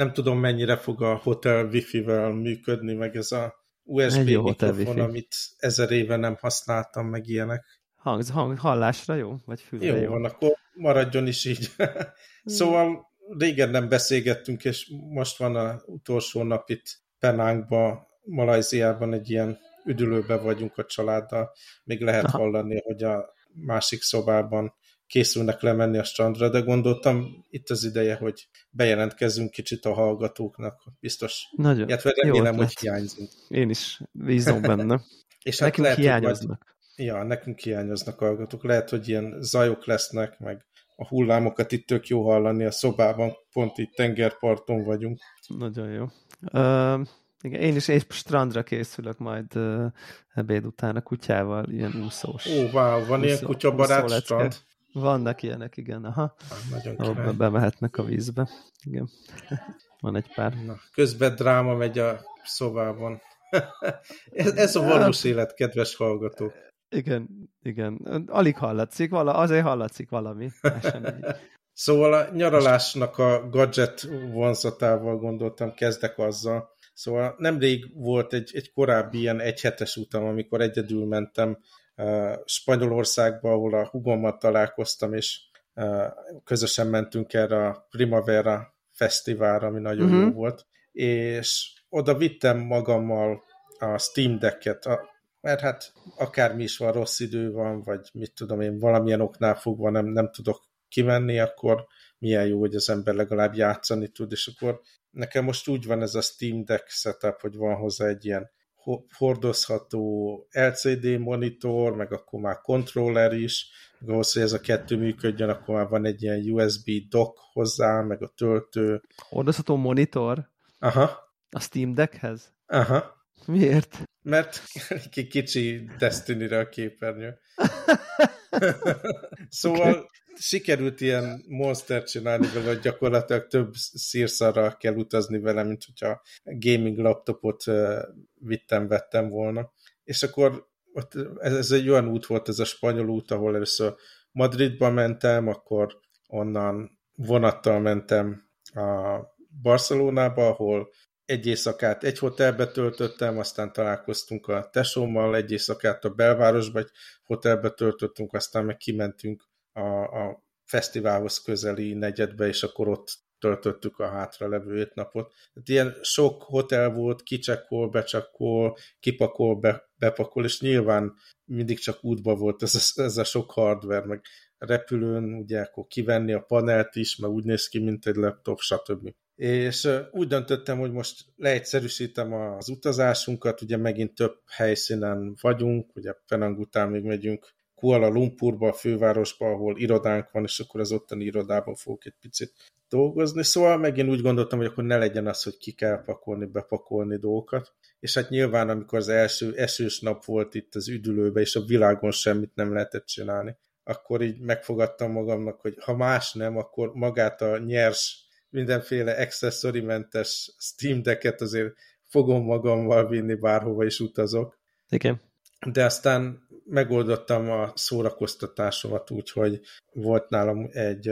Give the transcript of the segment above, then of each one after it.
nem tudom mennyire fog a hotel wifi-vel működni, meg ez a USB mikrofon, amit 1000 éve nem használtam, meg ilyenek. Hallásra jó? Vagy fülre jó? Van, akkor maradjon is így. Szóval régen nem beszélgettünk, és most van az utolsó nap itt Penangban, Malajziában egy ilyen üdülőben vagyunk a családdal. Még lehet hallani, hogy a másik szobában készülnek lemenni a strandra, de gondoltam, itt az ideje, hogy bejelentkezzünk kicsit a hallgatóknak. Biztos. Nagyon remélem, hogy hiányzunk. Én is bízom benne. És nekünk lehet, hiányoznak. Nekünk hiányoznak hallgatók. Lehet, hogy ilyen zajok lesznek, meg a hullámokat itt tök jó hallani a szobában, pont itt tengerparton vagyunk. Nagyon jó. Igen, én is strandra készülök majd ebéd után a kutyával, ilyen úszós. Wow, van ilyen kutyabarát strand? Vannak ilyenek, igen, ahol bemehetnek a vízbe. Igen. Van egy pár. Na, közben dráma megy a szobában. ez a valós élet, kedves hallgatók. Igen. Alig hallatszik, azért hallatszik valami. Szóval a nyaralásnak a gadget vonzatával gondoltam, kezdek azzal. Szóval nemrég volt egy korábbi ilyen egyhetes utam, amikor egyedül mentem Spanyolországba, ahol a hugommal találkoztam, és közösen mentünk erre a Primavera fesztiválra, ami nagyon jó volt, és oda vittem magammal a Steam Decket, mert hát akármi is van, rossz idő van, vagy mit tudom én, valamilyen oknál fogva nem tudok kimenni, akkor milyen jó, hogy az ember legalább játszani tud, és akkor nekem most úgy van ez a Steam Deck setup, hogy van hozzá egy ilyen hordozható LCD monitor, meg akkor már controller is, meg ahhoz, hogy ez a kettő működjön, akkor már van egy ilyen USB dock hozzá, meg a töltő. Hordozható monitor? Aha. A Steam Deckhez? Aha. Miért? Mert kicsi Destiny-re a képernyő. Szóval sikerült ilyen monster csinálni vele, hogy gyakorlatilag több szírszarra kell utazni vele, mint hogyha gaming laptopot vettem volna. És akkor ez egy olyan út volt, ez a spanyol út, ahol először Madridba mentem, akkor onnan vonattal mentem a Barcelonába, ahol egy éjszakát egy hotelbe töltöttem, aztán találkoztunk a tesómmal, egy éjszakát a belvárosba egy hotelbe töltöttünk, aztán meg kimentünk a fesztiválhoz közeli negyedbe, és akkor ott töltöttük a hátralevő 5 napot. Tehát ilyen sok hotel volt, kicsekol, becsakol, kipakol, bepakol, és nyilván mindig csak útba volt ez a sok hardware, meg repülőn, ugye akkor kivenni a panelt is, meg úgy néz ki, mint egy laptop, stb. És úgy döntöttem, hogy most leegyszerűsítem az utazásunkat, ugye megint több helyszínen vagyunk, ugye Penang után még megyünk Kuala Lumpurba, a fővárosba, ahol irodánk van, és akkor az ottani irodában fogok egy picit dolgozni. Szóval megint úgy gondoltam, hogy akkor ne legyen az, hogy ki kell pakolni, bepakolni dolgokat. És hát nyilván, amikor az első esős nap volt itt az üdülőbe, és a világon semmit nem lehetett csinálni, akkor így megfogadtam magamnak, hogy ha más nem, akkor magát a nyers, mindenféle accessory-mentes Steam Decket azért fogom magammal vinni, bárhova is utazok. Igen. De aztán megoldottam a szórakoztatásomat úgy, hogy volt nálam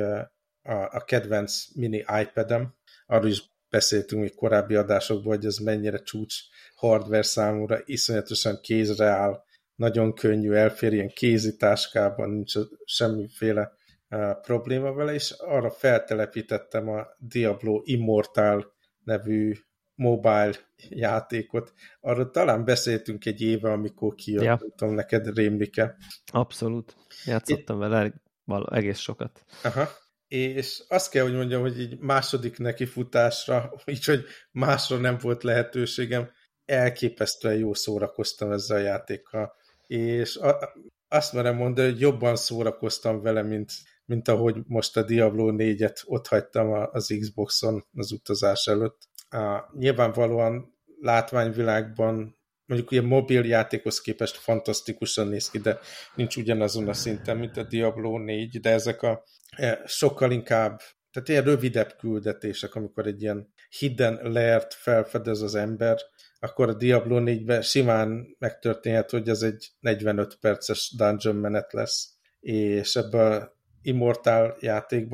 a kedvenc mini iPad-em, arról is beszéltünk még korábbi adásokban, hogy ez mennyire csúcs hardware számúra, iszonyatosan kézre áll, nagyon könnyű, elfér ilyen kézitáskában, nincs semmiféle probléma vele, és arra feltelepítettem a Diablo Immortal nevű mobile játékot. Arról talán beszéltünk egy éve, amikor kijött, ja. Tudom, neked rémlik-e. Abszolút. Játszottam vele egész sokat. Aha. És azt kell, hogy mondjam, hogy így második nekifutásra, így, hogy másra nem volt lehetőségem, elképesztően jó szórakoztam ezzel a játékkal. És azt merem mondani, hogy jobban szórakoztam vele, mint ahogy most a Diablo 4-et ott hagytam az Xboxon az utazás előtt. Nyilvánvalóan látványvilágban mondjuk ilyen mobil játékhoz képest fantasztikusan néz ki, de nincs ugyanazon a szinten, mint a Diablo 4, de ezek a sokkal inkább, tehát ilyen rövidebb küldetések, amikor egy ilyen hidden layer-t felfedez az ember, akkor a Diablo 4-ben simán megtörténhet, hogy ez egy 45 perces dungeon menet lesz, és ebben a Immortal játékban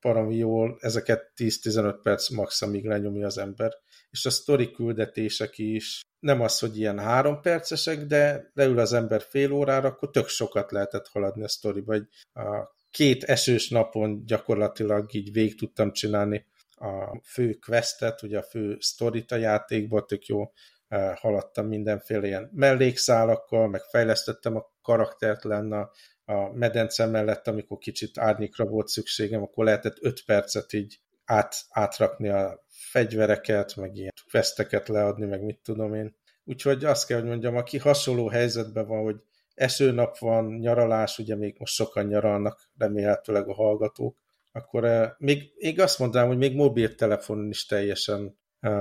baromi jól, ezeket 10-15 perc max, amíg lenyomja az ember. És a sztori küldetések is nem az, hogy ilyen 3 percesek, de leül az ember fél órára, akkor tök sokat lehetett haladni a sztoriba. A 2 esős napon gyakorlatilag így végig tudtam csinálni a fő questet, ugye a fő sztorit a játékba, tök jó haladtam mindenféle ilyen mellékszálakkal, meg fejlesztettem a karaktert lenne a medence mellett, amikor kicsit árnyékra volt szükségem, akkor lehetett 5 percet így átrakni a fegyvereket, meg ilyen questeket leadni, meg mit tudom én. Úgyhogy azt kell, hogy mondjam, aki hasonló helyzetben van, hogy esőnap van, nyaralás, ugye még most sokan nyaralnak, remélhetőleg a hallgatók, akkor még azt mondanám, hogy még mobiltelefonon is teljesen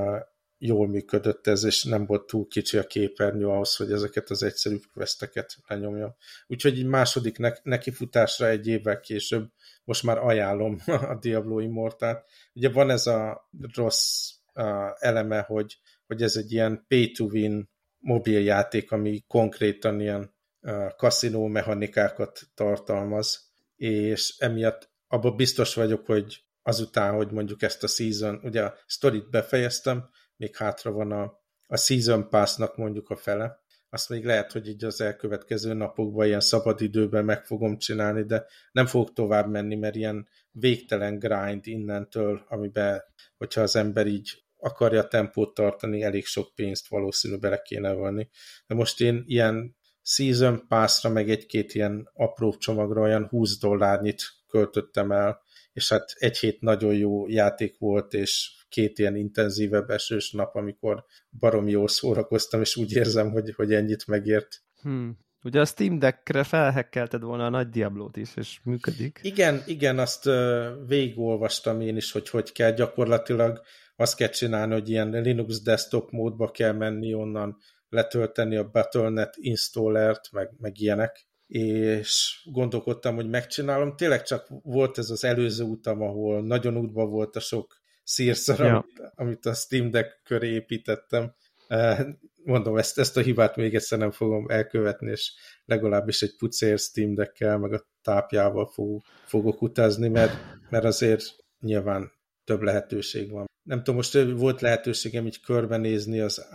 jól működött ez, és nem volt túl kicsi a képernyő ahhoz, hogy ezeket az egyszerű questeket lenyomjam. Úgyhogy így második nekifutásra 1 évvel később most már ajánlom a Diablo Immortalt. Ugye van ez a rossz eleme, hogy ez egy ilyen pay-to-win mobiljáték, ami konkrétan ilyen kaszinó mechanikákat tartalmaz, és emiatt abban biztos vagyok, hogy azután, hogy mondjuk ezt a season, ugye a sztorit befejeztem, még hátra van a season pass-nak mondjuk a fele. Azt még lehet, hogy így az elkövetkező napokban ilyen szabadidőben meg fogom csinálni, de nem fogok tovább menni, mert ilyen végtelen grind innentől, amiben, hogyha az ember így akarja a tempót tartani, elég sok pénzt valószínű bele kéne venni. De most én ilyen season pass-ra, meg 1-2 ilyen apró csomagra olyan $20 költöttem el, és hát 1 hét nagyon jó játék volt, és 2 ilyen intenzívebb esős nap, amikor barom jól szórakoztam, és úgy érzem, hogy ennyit megért. Ugye a Steam Deckre felhekkelted volna a nagy Diablót is, és működik. Igen, azt végigolvastam én is, hogy kell gyakorlatilag. Azt kell csinálni, hogy ilyen Linux desktop módba kell menni, onnan letölteni a Battle.net installert, meg ilyenek, és gondolkodtam, hogy megcsinálom. Tényleg csak volt ez az előző utam, ahol nagyon útban volt a sok szírszar, amit a Steam Deck köré építettem. Mondom, ezt a hibát még egyszer nem fogom elkövetni, és legalábbis egy pucér Steam Deckkel, meg a tápjával fogok utazni, mert azért nyilván több lehetőség van. Nem tudom, most volt lehetőségem így körbenézni az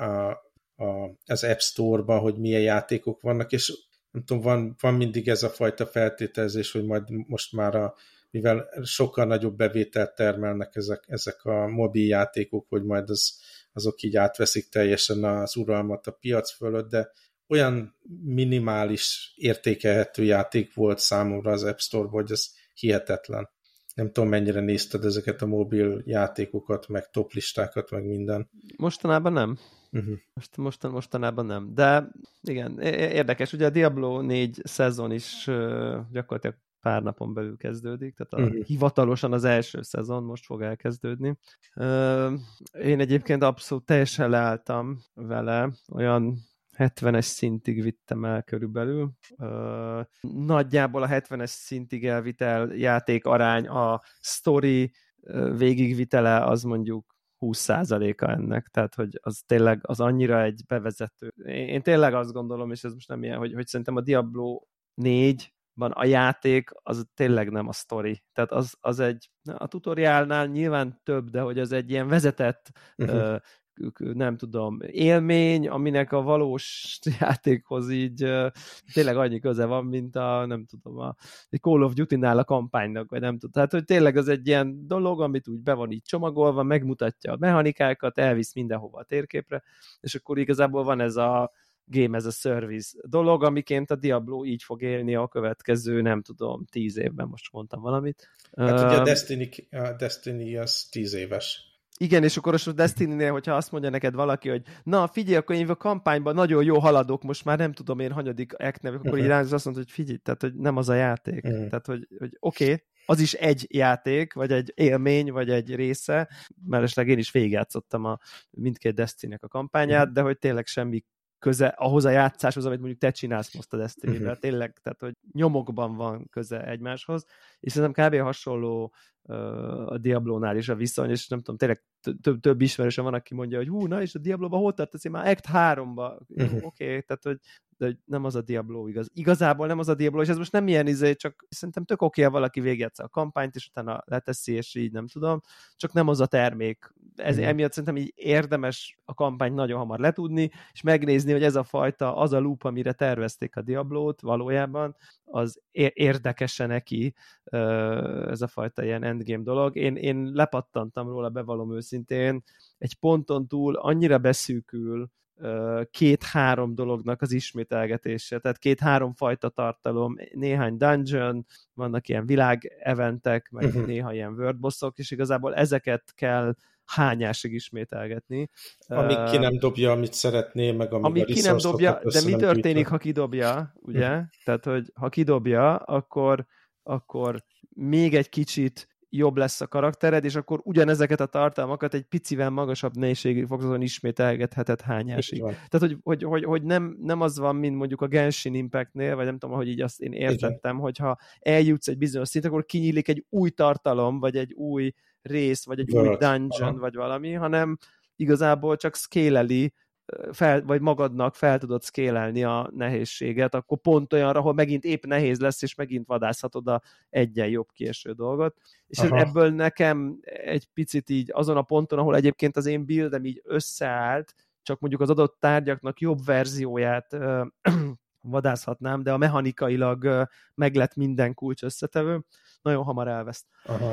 App Store-ban, hogy milyen játékok vannak, és nem tudom, van mindig ez a fajta feltételezés, hogy majd most már mivel sokkal nagyobb bevételt termelnek ezek a mobil játékok, hogy majd azok így átveszik teljesen az uralmat a piac fölött, de olyan minimális értékelhető játék volt számomra az App Store-ban, hogy ez hihetetlen. Nem tudom, mennyire nézted ezeket a mobil játékokat, meg toplistákat, meg minden. Mostanában nem. Mostanában nem. De igen, érdekes. Ugye a Diablo 4 szezon is gyakorlatilag pár napon belül kezdődik, tehát hivatalosan az első szezon most fog elkezdődni. Én egyébként abszolút teljesen leálltam vele, olyan 70-es szintig vittem el körülbelül. Nagyjából a 70-es szintig elvitel játék arány, a sztori végigvitele az mondjuk 20%-a ennek, tehát hogy az tényleg az annyira egy bevezető. Én tényleg azt gondolom, és ez most nem ilyen, hogy szerintem a Diablo 4-ban a játék az tényleg nem a sztori. Tehát az egy, a tutoriálnál nyilván több, de hogy az egy ilyen vezetett nem tudom, élmény, aminek a valós játékhoz így tényleg annyi köze van, mint nem tudom, a Call of Duty-nál a kampánynak, vagy nem tudom. Tehát, hogy tényleg az egy ilyen dolog, amit úgy be van így csomagolva, megmutatja a mechanikákat, elvisz mindenhova a térképre, és akkor igazából van ez a game as a service dolog, amiként a Diablo így fog élni a következő, nem tudom, 10 évben, most mondtam valamit. Hát ugye a Destiny az 10 éves. Igen, és akkor a Destiny-nél, hogyha azt mondja neked valaki, hogy na, figyelj, akkor én a kampányban nagyon jó haladok, most már nem tudom én hanyadik act-nek, akkor így ránk azt mondta, hogy figyelj, tehát hogy nem az a játék. Tehát, hogy oké, az is egy játék, vagy egy élmény, vagy egy része, mellesleg én is végigjátszottam mindkét Destiny-nek a kampányát, de hogy tényleg semmi köze ahhoz a játszáshoz, amit mondjuk te csinálsz most a Destiny-vel. Tényleg, tehát hogy nyomokban van köze egymáshoz, és szerintem kb. Hasonló a Diablónál is a viszony, és nem tudom, tényleg több ismerősen van, aki mondja, hogy hú, na és a Diablo-ba hol tartasz? Én már Act 3-ba. Oké, tehát, hogy de nem az a Diablo igazából nem az a Diablo, és ez most nem ilyen csak szerintem tök oké, ha valaki végigjátsza a kampányt, és utána leteszi, és így nem tudom, csak nem az a termék. Emiatt szerintem így érdemes a kampányt nagyon hamar letudni, és megnézni, hogy ez a fajta, az a loop, amire tervezték a Diablót valójában, az érdekes-e neki ez a fajta ilyen endgame dolog. Én lepattantam róla, bevallom őszintén, egy ponton túl annyira beszűkül 2-3 dolognak az ismételgetése, tehát 2-3 fajta tartalom, néhány dungeon, vannak ilyen világ-eventek, meg néha ilyen wordbossok, és igazából ezeket kell hányásig ismételgetni. Amíg ki nem dobja, amit szeretné, meg amíg ki nem dobja, de mi történik, ha kidobja, ugye? Tehát, hogy ha kidobja, akkor még egy kicsit jobb lesz a karaktered, és akkor ugyanezeket a tartalmakat egy picivel magasabb nehézségi fokozaton ismételgetheted hányásig. Tehát, hogy nem az van, mint mondjuk a Genshin Impact-nél, vagy nem tudom, hogy így azt én értettem, hogyha eljutsz egy bizonyos szint, akkor kinyílik egy új tartalom, vagy egy új rész, vagy egy új dungeon, vagy valami, hanem igazából csak scale-eli, vagy magadnak fel tudod scale-elni a nehézséget, akkor pont olyanra, ahol megint épp nehéz lesz, és megint vadászhatod a egyen jobb kieső dolgot. És ebből nekem egy picit így azon a ponton, ahol egyébként az én buildem így összeállt, csak mondjuk az adott tárgyaknak jobb verzióját vadászhatnám, de a mechanikailag meg lett minden kulcs összetevő, nagyon hamar elveszt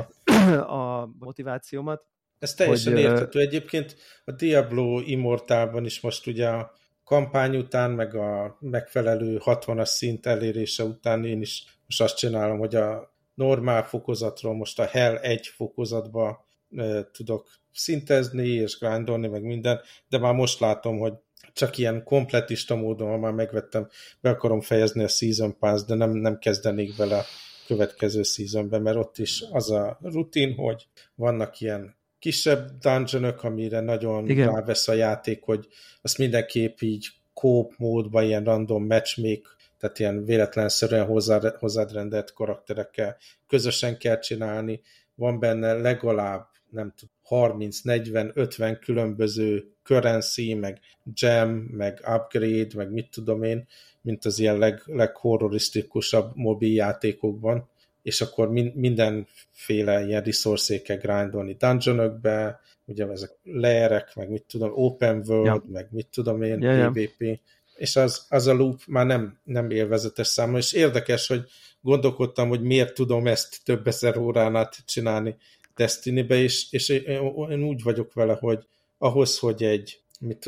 a motivációmat. Ez teljesen érthető. Egyébként a Diablo Immortalban is most ugye a kampány után, meg a megfelelő 60-as szint elérése után én is most azt csinálom, hogy a normál fokozatról most a Hell 1 fokozatba tudok szintezni és grindolni, meg minden, de már most látom, hogy csak ilyen kompletista módon, ha már megvettem, be akarom fejezni a Season Pass, de nem kezdenék bele a következő seasonbe, mert ott is az a rutin, hogy vannak ilyen kisebb dungeonök, amire nagyon rávesz a játék, hogy azt mindenképp így co-op módban, ilyen random matchmake, tehát ilyen véletlenszerűen hozzád rendelt karakterekkel közösen kell csinálni. Van benne legalább, nem tudom, 30, 40, 50 különböző currency, meg gem, meg upgrade, meg mit tudom én, mint az ilyen leghorrorisztikusabb mobil játékokban, és akkor mindenféle ilyen resource-é kell grindolni dungeonökbe, ugye ezek layer-ek, meg mit tudom, open world, meg mit tudom én, PvP, és az a loop már nem élvezetes számomra, és érdekes, hogy gondolkodtam, hogy miért tudom ezt több ezer órán át csinálni Destiny-be, és én úgy vagyok vele, hogy ahhoz, hogy egy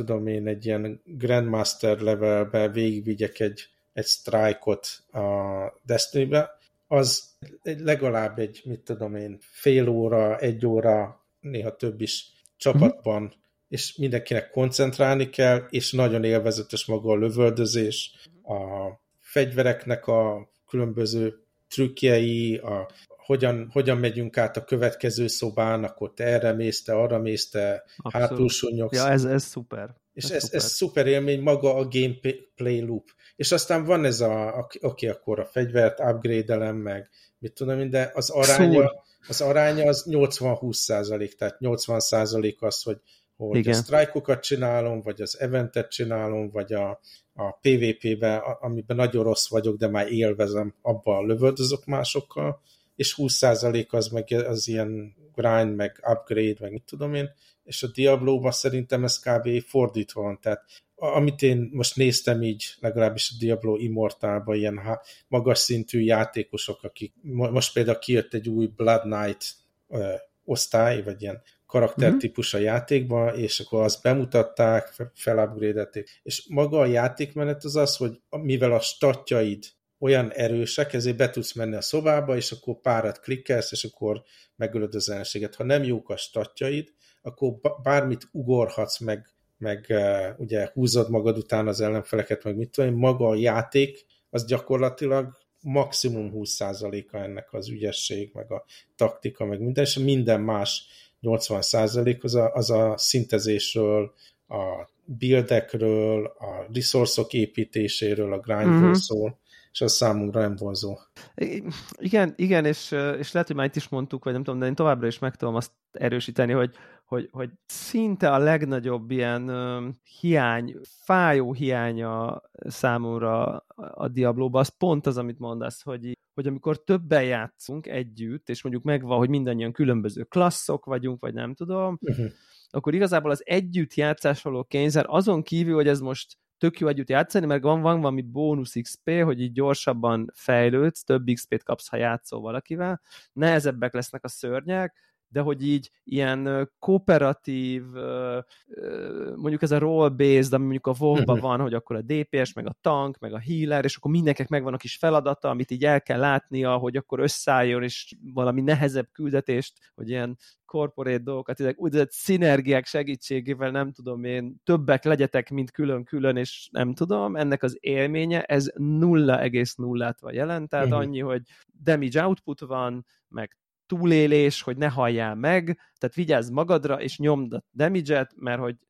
ilyen Grandmaster levelbe végigvigyek egy strike-ot a Destiny-be, az legalább egy, fél óra, 1 óra, néha több is csapatban, és mindenkinek koncentrálni kell, és nagyon élvezetes maga a lövöldözés, a fegyvereknek a különböző trükkjei, hogyan megyünk át a következő szobán, akkor te erre mész, te arra mész, te hátul sunyogsz. Ja, ez szuper. És ez szuper élmény, maga a gameplay loop. És aztán van ez akkor a fegyvert upgrade-elem, meg mit tudom, de az aránya az 80-20%, tehát 80% az, hogy a strike-okat csinálom, vagy az eventet csinálom, vagy a PvP-be, amiben nagyon rossz vagyok, de már élvezem, abban lövöldözök másokkal, és 20% az meg az ilyen grind, meg upgrade, meg mit tudom én, és a Diablo-ban szerintem ez kb. Fordítva van, tehát amit én most néztem így, legalábbis a Diablo Immortalban ilyen magas szintű játékosok, akik most például kijött egy új Blood Knight osztály, vagy ilyen karaktertípus a játékban, és akkor azt bemutatták, felupgrade-elték, és maga a játékmenet az, hogy mivel a statjaid olyan erősek, ezért be tudsz menni a szobába, és akkor párat klikkelsz, és akkor megölöd az ellenséget. Ha nem jók a statjaid, akkor bármit ugorhatsz, meg ugye húzod magad után az ellenfeleket, meg mit tudom, maga a játék, az gyakorlatilag maximum 20%-a ennek az ügyesség, meg a taktika, meg minden, és minden más 80% az a szintezésről, a buildekről, a resource-ok építéséről, a grindról szól. és az számomra nem vonzó. Igen, és lehet, hogy már itt is mondtuk, vagy nem tudom, de én továbbra is meg tudom azt erősíteni, hogy szinte a legnagyobb ilyen hiány, fájó hiánya számomra a Diablóban, az pont az, amit mondasz, hogy amikor többen játszunk együtt, és mondjuk megvan, hogy mindannyian különböző klasszok vagyunk, vagy nem tudom, akkor igazából az együttjátszás való kényszer, azon kívül, hogy ez most tök jó együtt játszani, mert van valami bónusz XP, hogy így gyorsabban fejlődsz, több XP-t kapsz, ha játszol valakivel, nehezebbek lesznek a szörnyek, de hogy így ilyen kooperatív, mondjuk ez a role-based, ami mondjuk a WoW-ban van, hogy akkor a DPS, meg a tank, meg a healer, és akkor mindenkinek megvan a kis feladata, amit így el kell látnia, hogy akkor összeálljon, és valami nehezebb küldetést, hogy ilyen corporate dolgokat, ezek úgynevezett szinergiák segítségével, nem tudom én, többek legyetek, mint külön-külön, és nem tudom, ennek az élménye, ez 0,0-át van jelent, tehát annyi, hogy damage output van, meg túlélés, hogy ne halljál meg, tehát vigyázz magadra, és nyomd a damage-et, mert hogy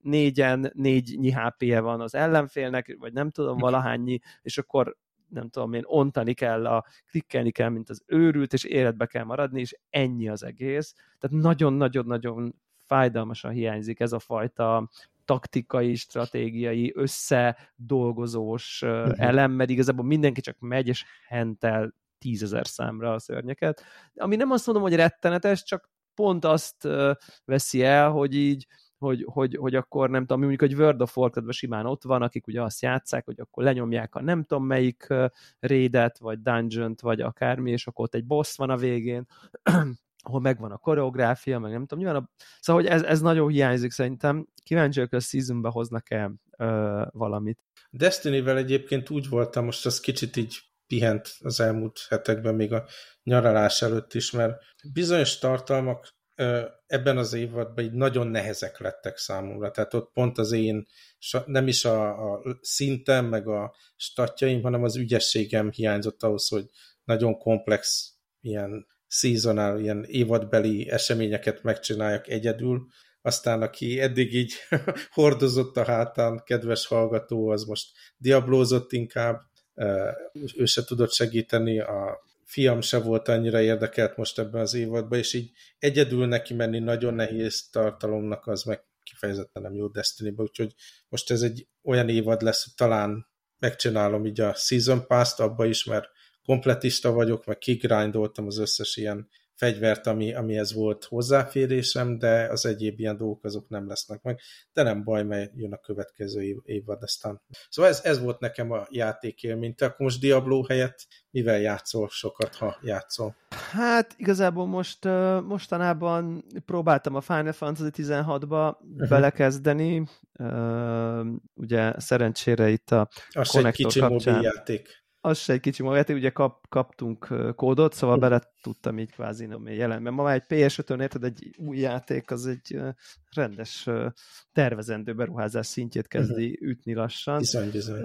4 HP-je van az ellenfélnek, vagy nem tudom, valahányi, és akkor nem tudom én, ontani kell, klikkelni kell, mint az őrült, és életbe kell maradni, és ennyi az egész. Tehát nagyon-nagyon-nagyon fájdalmasan hiányzik ez a fajta taktikai, stratégiai, összedolgozós elem, mert igazából mindenki csak megy, és hentel 10 000 számra a szörnyeket. Ami nem azt mondom, hogy rettenetes, csak pont azt veszi el, hogy így hogy akkor nem tudom, mondjuk, hogy World of Warcraft-ban simán ott van, akik ugye azt játsszák, hogy akkor lenyomják a nem tudom melyik raidet, vagy dungeont, vagy akármi, és akkor ott egy boss van a végén, ahol megvan a koreográfia, meg nem tudom, nyilván szóval, hogy ez nagyon hiányzik szerintem. Kíváncsi vagyok, hogy a seasonbe hoznak-e valamit. Destiny-vel egyébként úgy voltam, most az kicsit így pihent az elmúlt hetekben, még a nyaralás előtt is, mert bizonyos tartalmak ebben az évadban így nagyon nehezek lettek számomra. Tehát ott pont az én, nem is a szintem, meg a statjaim, hanem az ügyességem hiányzott ahhoz, hogy nagyon komplex ilyen seasonal, ilyen évadbeli eseményeket megcsináljak egyedül. Aztán aki eddig így hordozott a hátán, kedves hallgató, az most diablózott inkább, ő se tudott segíteni, a fiam se volt annyira érdekelt most ebben az évadban, és így egyedül neki menni nagyon nehéz tartalomnak, az meg kifejezetten nem jó Destiny-be, úgyhogy most ez egy olyan évad lesz, hogy talán megcsinálom így a Season Pass-t abba is, mert kompletista vagyok, meg kigrindoltam az összes ilyen fegyvert, amihez volt hozzáférésem, de az egyéb ilyen dolgok azok nem lesznek meg. De nem baj, mert jön a következő évad aztán. Szóval ez volt nekem a játékélmény. Te akkor most Diablo helyett mivel játszol sokat, ha játszol? Hát igazából mostanában próbáltam a Final Fantasy 16-ba belekezdeni. Ugye szerencsére itt a Connector kapcsán. Az egy kicsi mobil játék. Az se egy kicsi magát, ugye kaptunk kódot, szóval bele tudtam így kvázi jelenben. Ma már egy PS5-ön érted, egy új játék, az egy rendes tervezendő beruházás szintjét kezdi ütni lassan. Bizony.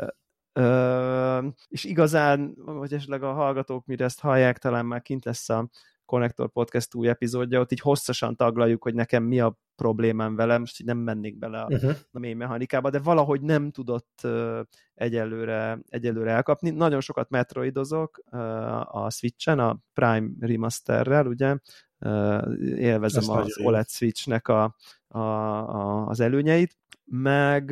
És igazán, hogy esetleg a hallgatók, mire ezt hallják, talán már kint lesz a Connector Podcast új epizódja, ott így hosszasan taglaljuk, hogy nekem mi a problémám velem, most így nem mennék bele a mély mechanikába, de valahogy nem tudott egyelőre elkapni. Nagyon sokat metroidozok a Switchen, a Prime Remasterrel, ugye, élvezem az OLED Switchnek az előnyeit, meg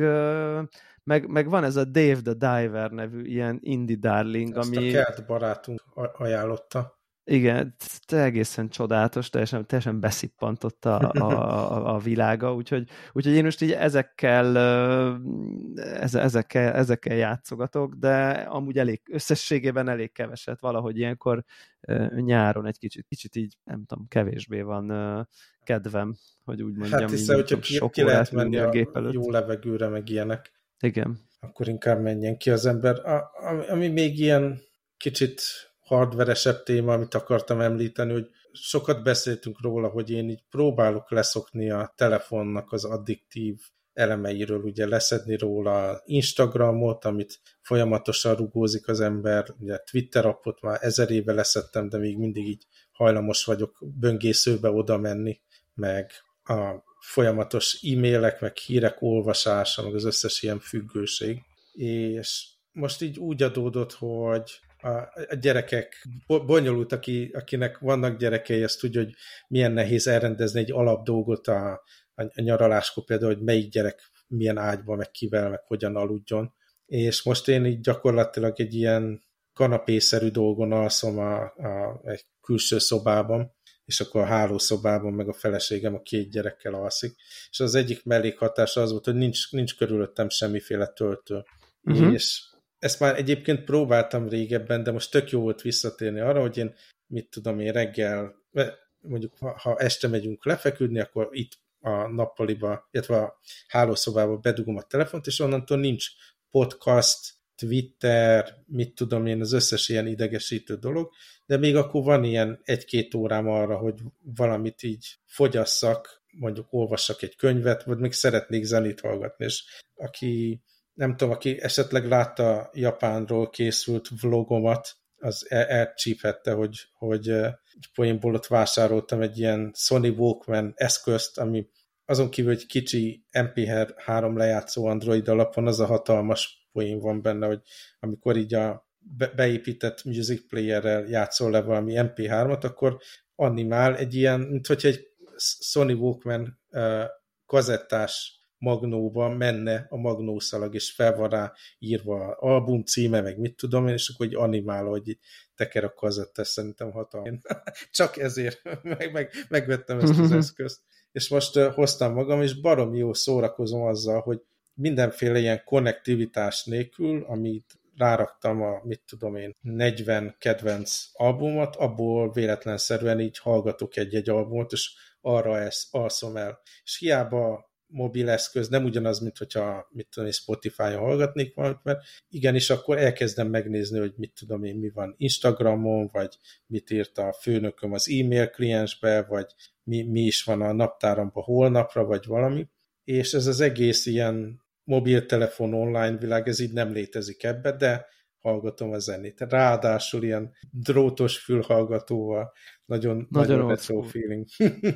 van ez a Dave the Diver nevű ilyen indie darling, ezt ami... a kert barátunk ajánlotta. Igen, egészen csodálatos, teljesen beszippantott a világa, úgyhogy én most így ezekkel játszogatok, de amúgy összességében elég keveset, valahogy ilyenkor nyáron egy kicsit így, nem tudom, kevésbé van kedvem, hogy úgy mondjam. Hát hiszen, hogyha ki lehet menni a gép előtt. Jó levegőre, meg ilyenek. Igen. Akkor inkább menjen ki az ember. Ami még ilyen kicsit hardveresebb téma, amit akartam említeni, hogy sokat beszéltünk róla, hogy én így próbálok leszokni a telefonnak az addiktív elemeiről, ugye leszedni róla Instagramot, amit folyamatosan rugózik az ember, ugye Twitter appot már 1000 éve leszettem, de még mindig így hajlamos vagyok böngészőbe oda menni, meg a folyamatos e-mailek, meg hírek olvasása, meg az összes ilyen függőség. És most így úgy adódott, hogy a gyerekek, bonyolult, akinek vannak gyerekei, azt tudja, hogy milyen nehéz elrendezni egy alapdolgot a nyaraláskor, például, hogy melyik gyerek milyen ágyba, meg kivel, meg hogyan aludjon. És most én így gyakorlatilag egy ilyen kanapészerű dolgon alszom egy külső szobában, és akkor a hálószobában meg a feleségem a 2 gyerekkel alszik. És az egyik mellékhatása az volt, hogy nincs körülöttem semmiféle töltő. És ezt már egyébként próbáltam régebben, de most tök jó volt visszatérni arra, hogy én, mit tudom én, reggel, mondjuk ha este megyünk lefeküdni, akkor itt a nappaliba, illetve a hálószobába bedugom a telefont, és onnantól nincs podcast, Twitter, mit tudom én, az összes ilyen idegesítő dolog, de még akkor van ilyen 1-2 órám arra, hogy valamit így fogyasszak, mondjuk olvassak egy könyvet, vagy még szeretnék zenét hallgatni, és nem tudom, aki esetleg látta Japánról készült vlogomat, az elcsíphette, hogy poénból ott vásároltam egy ilyen Sony Walkman eszközt, ami azon kívül, hogy kicsi MP3 lejátszó Android alapon, az a hatalmas poén van benne, hogy amikor így a beépített music playerrel játszol le valami MP3-ot, akkor animál egy ilyen, mint hogyha egy Sony Walkman kazettás magnóba menne a magnószalag, és fel van rá írva album címe, meg mit tudom én, és akkor így animál, hogy így teker a kazettás, szerintem hatalmas. Csak ezért megvettem ezt az eszközt. És most hoztam magam, és baromi jó szórakozom azzal, hogy mindenféle ilyen konnektivitás nélkül, amit ráraktam mit tudom én, 40 kedvenc albumot, abból véletlenszerűen így hallgatok egy-egy albumot, és arra alszom el. És hiába mobileszköz, nem ugyanaz, mint hogyha mit tudom én, Spotify-on hallgatnék valamit, mert igenis akkor elkezdem megnézni, hogy mit tudom én, mi van Instagramon, vagy mit írt a főnököm az e-mail kliensbe, vagy mi is van a naptáramban holnapra, vagy valami, és ez az egész ilyen mobiltelefon online világ, ez így nem létezik ebbe, de hallgatom a zenét. Ráadásul ilyen drótos fülhallgatóval, nagyon retro feeling.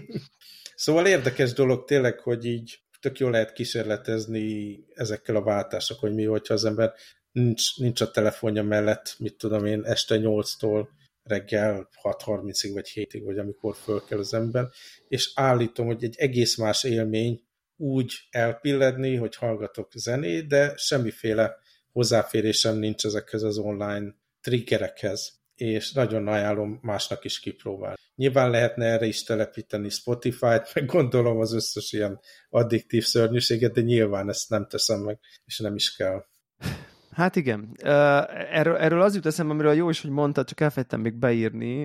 Szóval érdekes dolog tényleg, hogy így tök jól lehet kísérletezni ezekkel a váltások, hogy mi, hogyha az ember nincs a telefonja mellett, mit tudom én, este 8-tól reggel 6:30-ig, vagy 7-ig, vagy amikor föl kell az ember, és állítom, hogy egy egész más élmény úgy elpilledni, hogy hallgatok zenét, de semmiféle hozzáférésem nincs ezekhez az online triggerekhez, és nagyon ajánlom másnak is kipróbálni. Nyilván lehetne erre is telepíteni Spotify-t, meg gondolom az összes ilyen addiktív szörnyűséget, de nyilván ezt nem teszem meg, és nem is kell. Hát igen. Erről az jut eszembe, amiről jó is, hogy mondtad, csak elfelejtettem még beírni,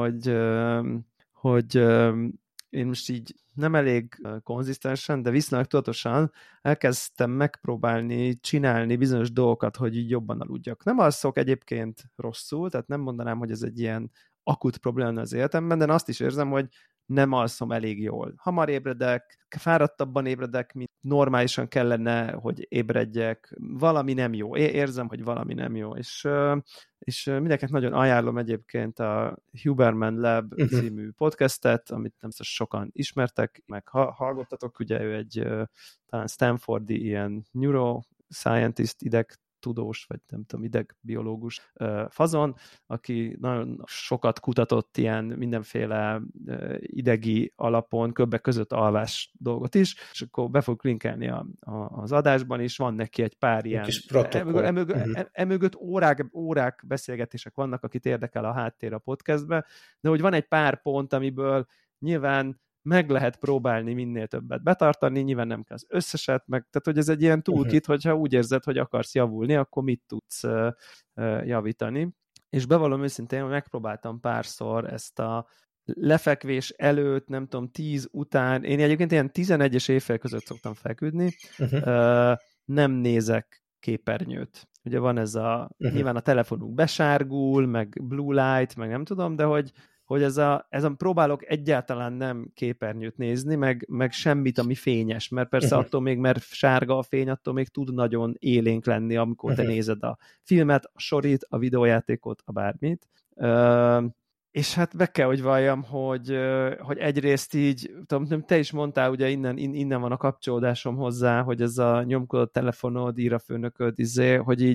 hogy én most így nem elég konzisztensen, de viszonylag tudatosan elkezdtem megpróbálni csinálni bizonyos dolgokat, hogy így jobban aludjak. Nem alszok egyébként rosszul, tehát nem mondanám, hogy ez egy ilyen akut probléma az életemben, de azt is érzem, hogy nem alszom elég jól. Hamar ébredek, fáradtabban ébredek, mint normálisan kellene, hogy ébredjek. Valami nem jó. Érzem, hogy valami nem jó. És mindenkinek nagyon ajánlom egyébként a Huberman Lab című podcastet, amit nem sokan ismertek, meg hallgattatok. Ugye ő egy talán Stanfordi ilyen neuroscientist, tudós, vagy nem tudom, idegbiológus fazon, aki nagyon sokat kutatott ilyen mindenféle idegi alapon, többek között alvás dolgot is, és akkor be fog linkelni az adásban is, van neki egy pár ilyen emögött órák beszélgetések vannak, akit érdekel a háttér a podcastbe, de hogy van egy pár pont, amiből nyilván meg lehet próbálni minél többet betartani, nyilván nem kell az összeset, tehát hogy ez egy ilyen toolkit, hogyha úgy érzed, hogy akarsz javulni, akkor mit tudsz javítani. És bevallom őszintén, hogy megpróbáltam párszor ezt a lefekvés előtt, nem tudom, 10 után, én egyébként ilyen 11 és éjfél között szoktam feküdni, nem nézek képernyőt. Ugye van ez nyilván a telefonunk besárgul, meg blue light, meg nem tudom, de hogy ezen próbálok egyáltalán nem képernyőt nézni, meg semmit, ami fényes, mert persze attól még, mert sárga a fény, attól még tud nagyon élénk lenni, amikor te nézed a filmet, a sorit, a videójátékot, a bármit. És hát be kell, hogy valljam, hogy egyrészt így, tudom, te is mondtál, ugye innen van a kapcsolódásom hozzá, hogy ez a nyomkodott telefonod, ír a főnököd, hogy így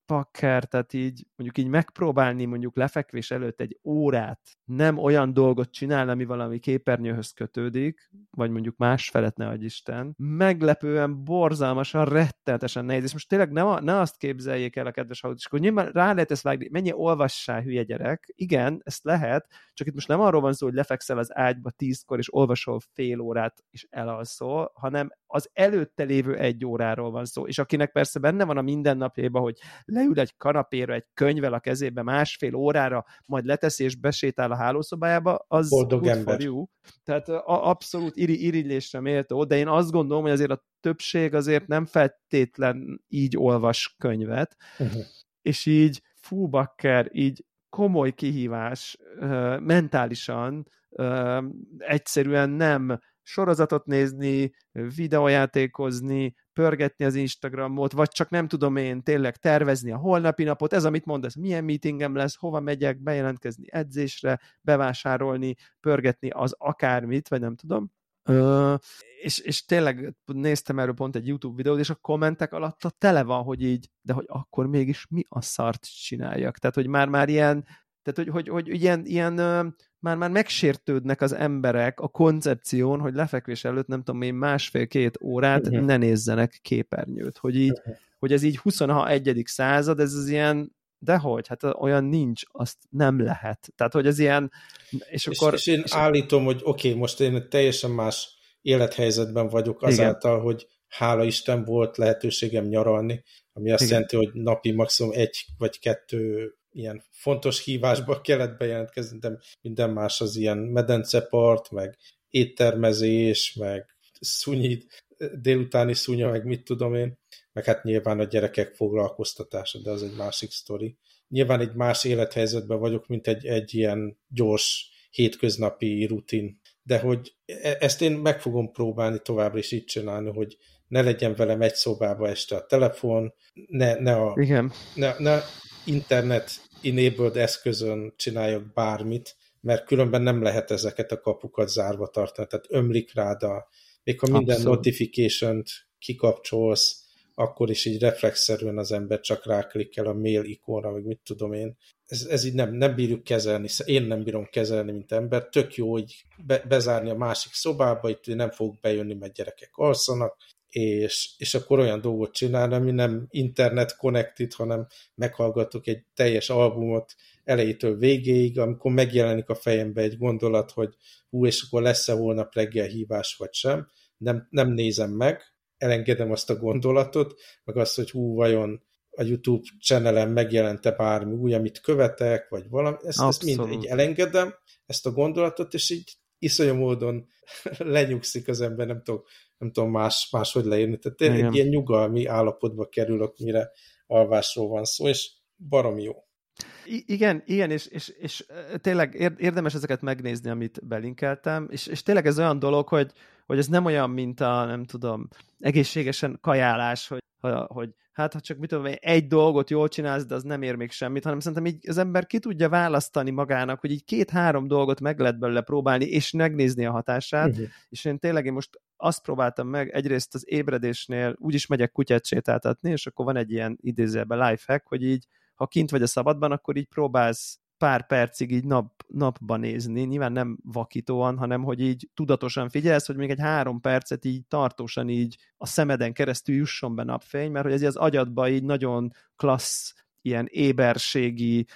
pakker, tehát így mondjuk így megpróbálni mondjuk lefekvés előtt egy órát nem olyan dolgot csinálni, ami valami képernyőhöz kötődik, vagy mondjuk másfelet, ne adj Isten, meglepően, borzalmasan, rettenetesen nehéz. És most tényleg ne azt képzeljék el a kedves hallgatók, hogy nyilván rá lehet ezt vágni, mennyi olvassál, hülye gyerek. Igen, ezt lehet, csak itt most nem arról van szó, hogy lefekszel az ágyba 10-kor, és olvasol fél órát, és elalszol, hanem az előtte lévő 1 óráról van szó. És akinek persze benne van a mindennapjaiban, hogy leül egy kanapéra, egy könyvvel a kezébe 1,5 órára, majd leteszi és besétál a hálószobájába, az boldog ember. Tehát abszolút irigylésre méltó, de én azt gondolom, hogy azért a többség azért nem feltétlen így olvas könyvet, és így fú bakker, így komoly kihívás mentálisan egyszerűen nem sorozatot nézni, videójátékozni, pörgetni az Instagramot, vagy csak nem tudom én tényleg tervezni a holnapi napot, ez amit mondasz, milyen meetingem lesz, hova megyek, bejelentkezni edzésre, bevásárolni, pörgetni az akármit, vagy nem tudom. És tényleg néztem erről pont egy YouTube videót, és a kommentek alatt tele van, hogy így, de hogy akkor mégis mi a szart csináljak? Tehát, hogy már ilyen, tehát, hogy ilyen már megsértődnek az emberek a koncepción, hogy lefekvés előtt nem tudom én 1,5-2 órát ne nézzenek képernyőt. Hogy így, hogy ez így 21. század, ez az ilyen, dehogy, hát olyan nincs, azt nem lehet. Tehát, hogy ez ilyen, és akkor... És én állítom, hogy oké, most én teljesen más élethelyzetben vagyok azáltal, igen, hogy hála Isten volt lehetőségem nyaralni, ami azt jelenti, hogy napi maximum 1 vagy 2 ilyen fontos hívásba kellett bejelentkezni, de minden más az ilyen medencepart, meg éttermezés, meg délutáni szunya, meg mit tudom én, meg hát nyilván a gyerekek foglalkoztatása, de az egy másik sztori. Nyilván egy más élethelyzetben vagyok, mint egy ilyen gyors, hétköznapi rutin. De hogy ezt én meg fogom próbálni továbbra is így csinálni, hogy ne legyen velem egy szobába este a telefon, ne internet-enabled eszközön csináljak bármit, mert különben nem lehet ezeket a kapukat zárva tartani. Tehát ömlik rád még ha minden notification-t kikapcsolsz, akkor is így reflexzerűen az ember csak ráklikkel a mail ikonra, vagy mit tudom én. Ez így nem bírjuk kezelni, én nem bírom kezelni, mint ember. Tök jó, hogy bezárni a másik szobába, itt nem fogok bejönni, mert gyerekek alszanak, és akkor olyan dolgot csinálni, ami nem internet connected, hanem meghallgatok egy teljes albumot elejétől végéig, amikor megjelenik a fejembe egy gondolat, hogy és akkor lesz-e holnap reggel hívás, vagy sem. Nem nézem meg, elengedem azt a gondolatot, meg azt, hogy vajon a YouTube channelen megjelente bármi új, amit követek, vagy valami, ezt mindegy elengedem, ezt a gondolatot, és így iszonyú módon lenyugszik az ember, nem tudom máshogy leírni. Tehát egy ilyen nyugalmi állapotba kerülök, mire alvásról van szó, és baromi jó. Igen, és tényleg érdemes ezeket megnézni, amit belinkeltem, és tényleg ez olyan dolog, hogy ez nem olyan, mint a, nem tudom, egészségesen kajálás, hogy hát ha csak mit tudom, egy dolgot jól csinálsz, de az nem ér még semmit, hanem szerintem így az ember ki tudja választani magának, hogy így 2-3 dolgot meg lehet belőle próbálni, és megnézni a hatását, és én most azt próbáltam meg, egyrészt az ébredésnél úgyis megyek kutyát sétáltatni, és akkor van egy ilyen idézőjelben lifehack, hogy így ha kint vagy a szabadban, akkor így próbálsz pár percig így napba nézni, nyilván nem vakítóan, hanem hogy így tudatosan figyelsz, hogy még egy 3 percet így tartósan így a szemeden keresztül jusson be napfény, mert hogy ez az agyadba így nagyon klassz ilyen éberségi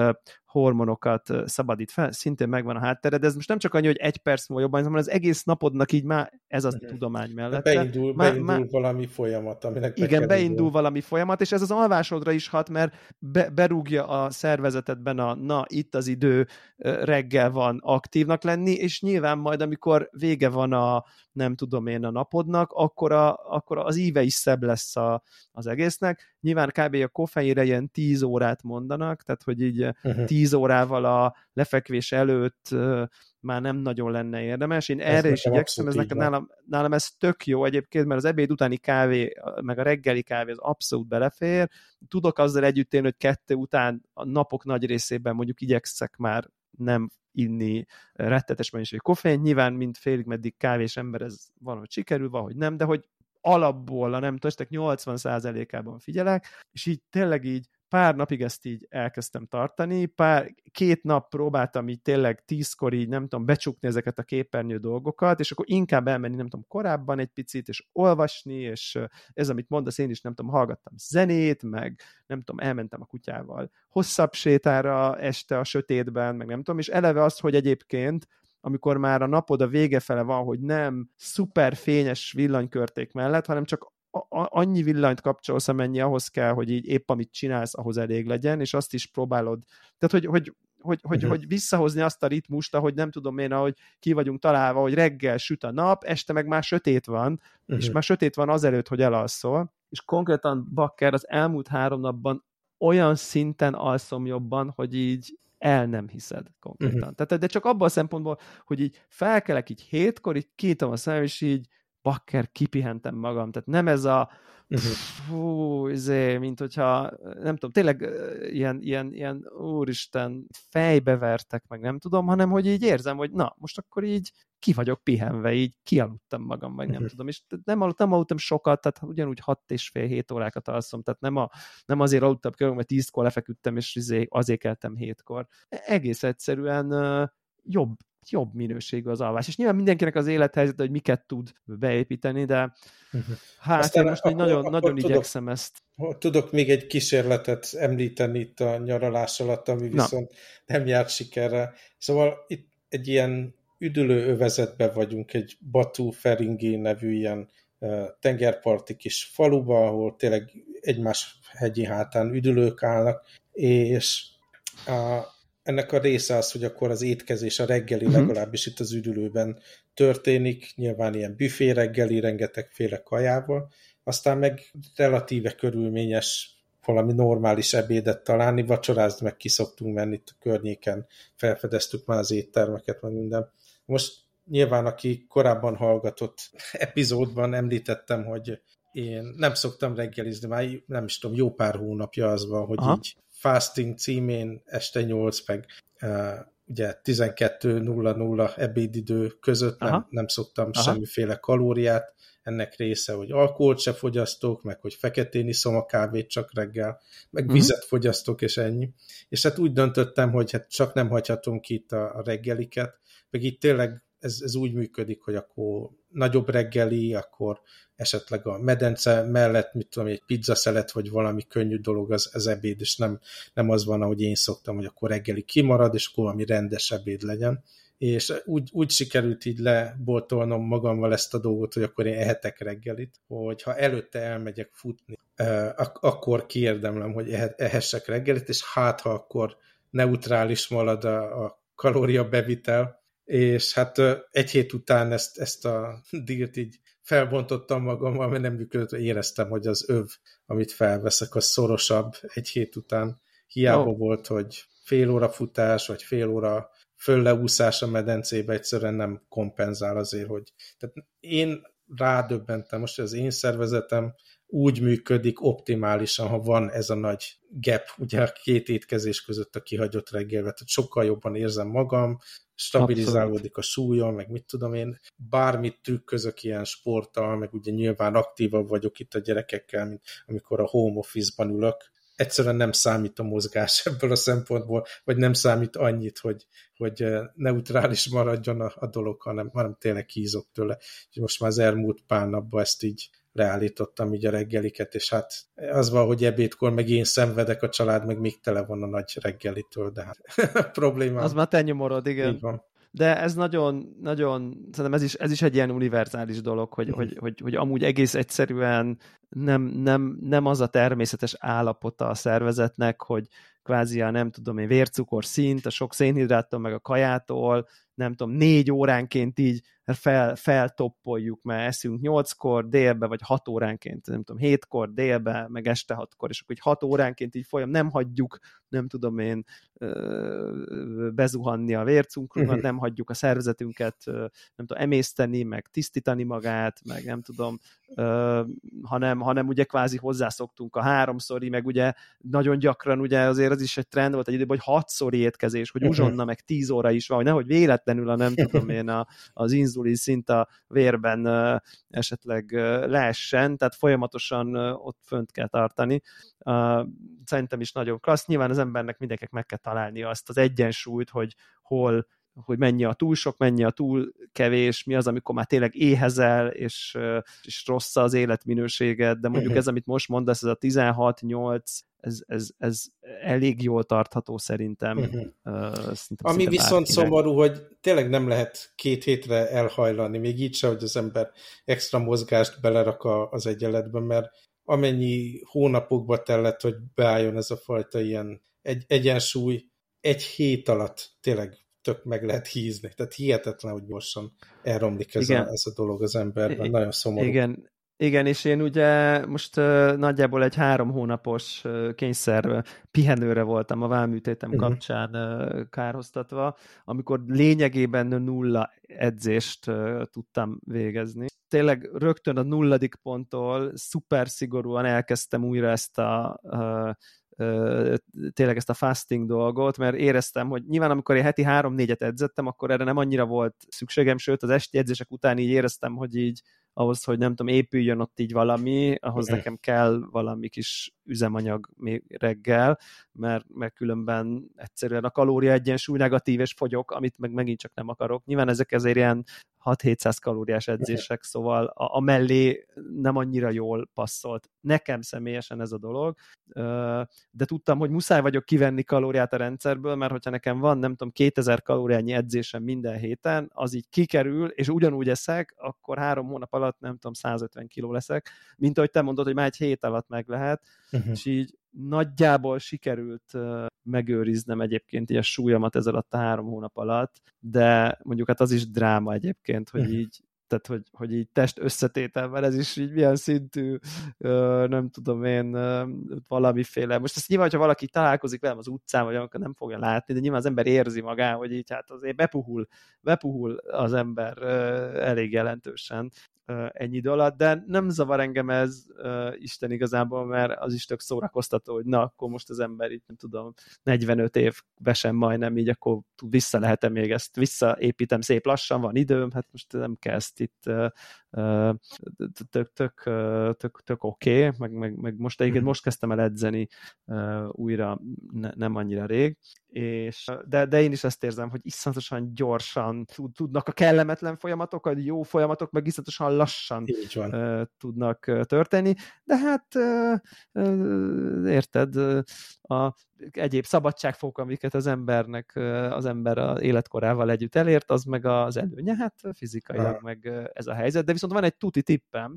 hormonokat szabadít fel, szintén megvan a háttere, de ez most nem csak annyi, hogy 1 perc múlva jobban, hanem az egész napodnak így már ez a tudomány mellett. Beindul valami folyamat, aminek igen, beindul valami folyamat, és ez az alvásodra is hat, mert berúgja a szervezetedben itt az idő, reggel van aktívnak lenni, és nyilván majd, amikor vége van a napodnak, akkor az íve is szebb lesz az egésznek. Nyilván kb. A koffeinre ilyen 10 órát mondanak, tehát hogy így 10 órával a lefekvés előtt már nem nagyon lenne érdemes. Én erre is igyekszem, nálam ez tök jó egyébként, mert az ebéd utáni kávé, meg a reggeli kávé az abszolút belefér. Tudok azzal együtt élni, hogy 2 után a napok nagy részében mondjuk igyekszek már nem inni rettetes mennyiségű koffeint. Nyilván, mint félig meddig kávés ember, ez valahogy sikerül, valahogy nem, de hogy alapból a nem testek 80%-ában figyelek, és így tényleg így pár napig ezt így elkezdtem tartani, 2 nap próbáltam így tényleg 10-kor így, nem tudom, becsukni ezeket a képernyő dolgokat, és akkor inkább elmenni, nem tudom, korábban egy picit, és olvasni, és ez, amit mondasz, én is, nem tudom, hallgattam zenét, meg nem tudom, elmentem a kutyával hosszabb sétára este a sötétben, meg nem tudom, és eleve az, hogy egyébként amikor már a napod a vége fele van, hogy nem szuper fényes villanykörték mellett, hanem csak annyi villanyt kapcsolsz, amennyi ahhoz kell, hogy így épp amit csinálsz, ahhoz elég legyen, és azt is próbálod. Tehát, hogy visszahozni azt a ritmust, ahogy nem tudom én, ahogy ki vagyunk találva, hogy reggel süt a nap, este meg már sötét van, és már sötét van azelőtt, hogy elalszol, és konkrétan Bakker az elmúlt 3 napban olyan szinten alszom jobban, hogy így el nem hiszed konkrétan. Tehát, de csak abban a szempontból, hogy így felkelek így 7-kor, így kinyitom a szemem, és így Bakker, kipihentem magam. Tehát nem ez a mint hogyha, nem tudom, tényleg ilyen úristen, fejbevertek, meg nem tudom, hanem hogy így érzem, hogy na, most akkor így ki vagyok pihenve, így kialudtam magam, vagy nem tudom, és nem aludtam sokat, tehát ugyanúgy 6,5-7 órákat alszom, tehát nem azért aludtam körül, mert 10-kor lefeküdtem, és azért keltem 7-kor. Egész egyszerűen jobb minőségű az alvás. És nyilván mindenkinek az élethelyzete, hogy miket tud beépíteni, de hát én most nagyon igyekszem ezt. Tudok még egy kísérletet említeni itt a nyaralás alatt, ami viszont nem járt sikerrel. Szóval itt egy ilyen üdülőövezetben vagyunk, egy Batu Feringé nevű ilyen tengerparti kis faluba, ahol tényleg egymás hegyi hátán üdülők állnak, és ennek a része az, hogy akkor az étkezés, a reggeli legalábbis itt az üdülőben történik, nyilván ilyen büfé reggeli, rengetegféle kajával, aztán meg relatíve körülményes valami normális ebédet találni, vacsorázni meg ki szoktunk menni itt a környéken, felfedeztük már az éttermeket, meg minden. Most nyilván, aki korábban hallgatott epizódban említettem, hogy én nem szoktam reggelizni, már nem is tudom, jó pár hónapja az van, hogy így fasting címén este 8 meg ugye 12:00 ebédidő között nem szoktam semmiféle kalóriát. Ennek része, hogy alkoholt se fogyasztok, meg hogy feketén iszom a kávét csak reggel, meg vizet fogyasztok, és ennyi. És hát úgy döntöttem, hogy hát csak nem hagyhatom ki itt a reggeliket, meg itt tényleg ez úgy működik, hogy akkor nagyobb reggeli, akkor esetleg a medence mellett, mit tudom, egy pizzaszelet, vagy valami könnyű dolog az ebéd, és nem az van, ahogy én szoktam, hogy akkor reggeli kimarad, és akkor valami rendes ebéd legyen. És úgy sikerült így leboltolnom magammal ezt a dolgot, hogy akkor én ehetek reggelit, hogy ha előtte elmegyek futni, akkor kiérdemlem, hogy ehessek reggelit, és hát ha akkor neutrális marad a kalóriabevitel, és hát egy hét után ezt a dílt így felbontottam magammal, mert nem működött, éreztem, hogy az öv, amit felveszek, az szorosabb egy hét után. Hiába volt, hogy fél óra futás, vagy fél óra fölleúszás a medencébe egyszerűen nem kompenzál azért, hogy... Tehát én rádöbbentem most, hogy az én szervezetem úgy működik optimálisan, ha van ez a nagy gap, ugye a 2 étkezés között a kihagyott reggelbe, tehát sokkal jobban érzem magam, stabilizálódik a súlyom, meg mit tudom én, bármit trükközök ilyen sporttal, meg ugye nyilván aktívabb vagyok itt a gyerekekkel, mint amikor a home office-ban ülök. Egyszerűen nem számít a mozgás ebből a szempontból, vagy nem számít annyit, hogy neutrális maradjon a dolog, hanem tényleg hízok tőle. Most már az elmúlt pár napban ezt így leállítottam így a reggeliket, és hát az van, hogy ebédkor meg én szenvedek, a család meg még tele van a nagy reggelitől, de hát probléma. Az már te nyomorod, igen. Így van. De ez nagyon, szerintem ez is egy ilyen univerzális dolog, hogy amúgy egész egyszerűen nem az a természetes állapota a szervezetnek, hogy kvázi a nem tudom én vércukor szint, a sok szénhidráttól meg a kajától, nem tudom, 4 óránként így feltoppoljuk, mert eszünk 8-kor délbe, vagy 6 óránként, nem tudom, 7-kor délbe, meg este 6-kor, és akkor így 6 óránként így nem hagyjuk, nem tudom én, bezuhanni a vércukrunkon, nem hagyjuk a szervezetünket, nem tudom, emészteni, meg tisztítani magát, meg nem tudom, hanem ugye kvázi hozzászoktunk a 3-szori, meg ugye nagyon gyakran ugye azért az is egy trend volt egy időben, hogy 6-szori étkezés, hogy uzsonna meg 10 óra is van, hogy nehogy véletlenül véletlenül nem tudom én az inzulin szint a vérben esetleg leessen, tehát folyamatosan ott fönt kell tartani. Szerintem is nagyon klassz. Nyilván az embernek mindenkinek meg kell találni azt az egyensúlyt, hogy mennyi a túl sok, mennyi a túl kevés, mi az, amikor már tényleg éhezel, és rossz az életminőséged, de mondjuk ez, amit most mondasz, ez a 16-8, ez elég jól tartható szerintem. Ami viszont szomorú, hogy tényleg nem lehet 2 hétre elhajlani, még így se, hogy az ember extra mozgást belerak az egyenletbe, mert amennyi hónapokba tellett, hogy beálljon ez a fajta ilyen egyensúly, 1 hét alatt tényleg tök meg lehet hízni. Tehát hihetetlen, hogy gyorsan elromlik ez a dolog az emberben. Nagyon szomorú. Igen, és én ugye most nagyjából egy 3 hónapos kényszer pihenőre voltam a vállműtétem kapcsán kárhoztatva, amikor lényegében 0 edzést tudtam végezni. Tényleg rögtön a 0. ponttól szuper szigorúan elkezdtem újra tényleg ezt a fasting dolgot, mert éreztem, hogy nyilván amikor én heti 3-4-et edzettem, akkor erre nem annyira volt szükségem, sőt az esti edzések után így éreztem, hogy így ahhoz, hogy nem tudom, épüljön ott így valami, ahhoz nekem kell valami kis üzemanyag még reggel, mert különben egyszerűen a kalória egyensúly negatív, és fogyok, amit meg megint csak nem akarok. Nyilván ezek azért ilyen 6-700 kalóriás edzések, szóval a mellé nem annyira jól passzolt. Nekem személyesen ez a dolog, de tudtam, hogy muszáj vagyok kivenni kalóriát a rendszerből, mert hogyha nekem van, nem tudom, 2000 kalóriányi edzésem minden héten, az így kikerül, és ugyanúgy eszek, akkor 3 hónap alatt, nem tudom, 150 kiló leszek, mint ahogy te mondod, hogy már egy hét alatt meg lehet, és így nagyjából sikerült megőriznem egyébként így a súlyomat ez alatt a 3 hónap alatt, de mondjuk hát az is dráma egyébként, hogy így, tehát hogy így test összetételben ez is így milyen szintű, nem tudom én, valamiféle. Most ezt nyilván, hogyha valaki találkozik velem az utcán, vagy akkor nem fogja látni, de nyilván az ember érzi magán, hogy így hát azért bepuhul az ember elég jelentősen ennyi idő alatt, de nem zavar engem ez Isten igazából, mert az is tök szórakoztató, hogy na, akkor most az ember itt, nem tudom, 45 évbe sem majdnem, így akkor vissza-lehet-e még ezt, visszaépítem szép lassan, van időm, hát most nem kell ezt itt tök oké, meg most egyébként most kezdtem el edzeni újra nem annyira rég, de én is ezt érzem, hogy iszonyatosan gyorsan tudnak a kellemetlen folyamatok, a jó folyamatok, meg iszonyatosan lassan tudnak történni, de hát érted, a egyéb szabadságfok, amiket az ember az életkorával együtt elért, az meg az előnye, hát fizikailag meg ez a helyzet, de viszont van egy tuti tippem,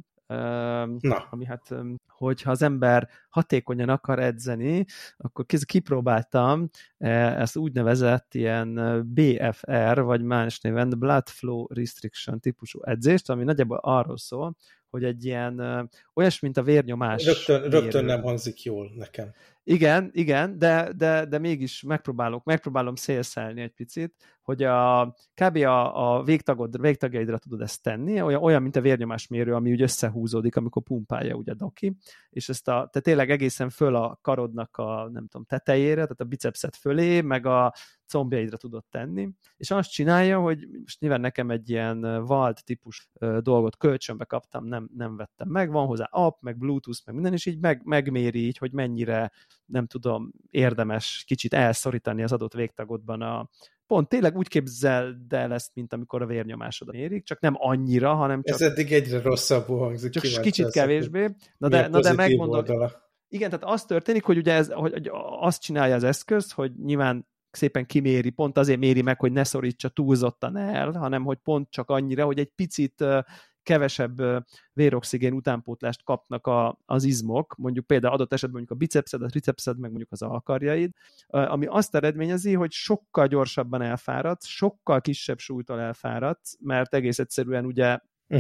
ami hát, hogyha az ember hatékonyan akar edzeni, akkor kipróbáltam ezt úgynevezett ilyen BFR, vagy más néven Blood Flow Restriction típusú edzést, ami nagyjából arról szól, hogy egy ilyen olyasmi, mint a vérnyomás. Rögtön nem hangzik jól nekem. Igen, de mégis megpróbálom szélszelni egy picit, hogy kb. A végtagjaidra tudod ezt tenni, olyan, mint a vérnyomásmérő, ami úgy összehúzódik, amikor pumpálja ugye a doki, és te tényleg egészen föl a karodnak a, nem tudom, tetejére, tehát a bicepszet fölé, meg a combjaidra tudod tenni, és azt csinálja, hogy most nyilván nekem egy ilyen VALT típus dolgot kölcsönbe kaptam, nem vettem meg, van hozzá app, meg Bluetooth, meg minden, és így megméri így, hogy mennyire, nem tudom, érdemes kicsit elszorítani az adott végtagodban pont tényleg úgy képzeld el ezt, mint amikor a vérnyomásodat mérik, csak nem annyira, hanem csak... Ez eddig egyre rosszabbul hangzik. Csak kicsit kevésbé. Na de megmondom. Igen, tehát az történik, hogy ugye hogy azt csinálja az eszköz, hogy nyilván szépen kiméri, pont azért méri meg, hogy ne szorítsa túlzottan el, hanem hogy pont csak annyira, hogy egy picit kevesebb véroxigén utánpótlást kapnak az izmok, mondjuk például adott esetben mondjuk a bicepszed, a tricepszed, meg mondjuk az alkarjaid, ami azt eredményezi, hogy sokkal gyorsabban elfáradsz, sokkal kisebb súlytól elfáradsz, mert egész egyszerűen ugye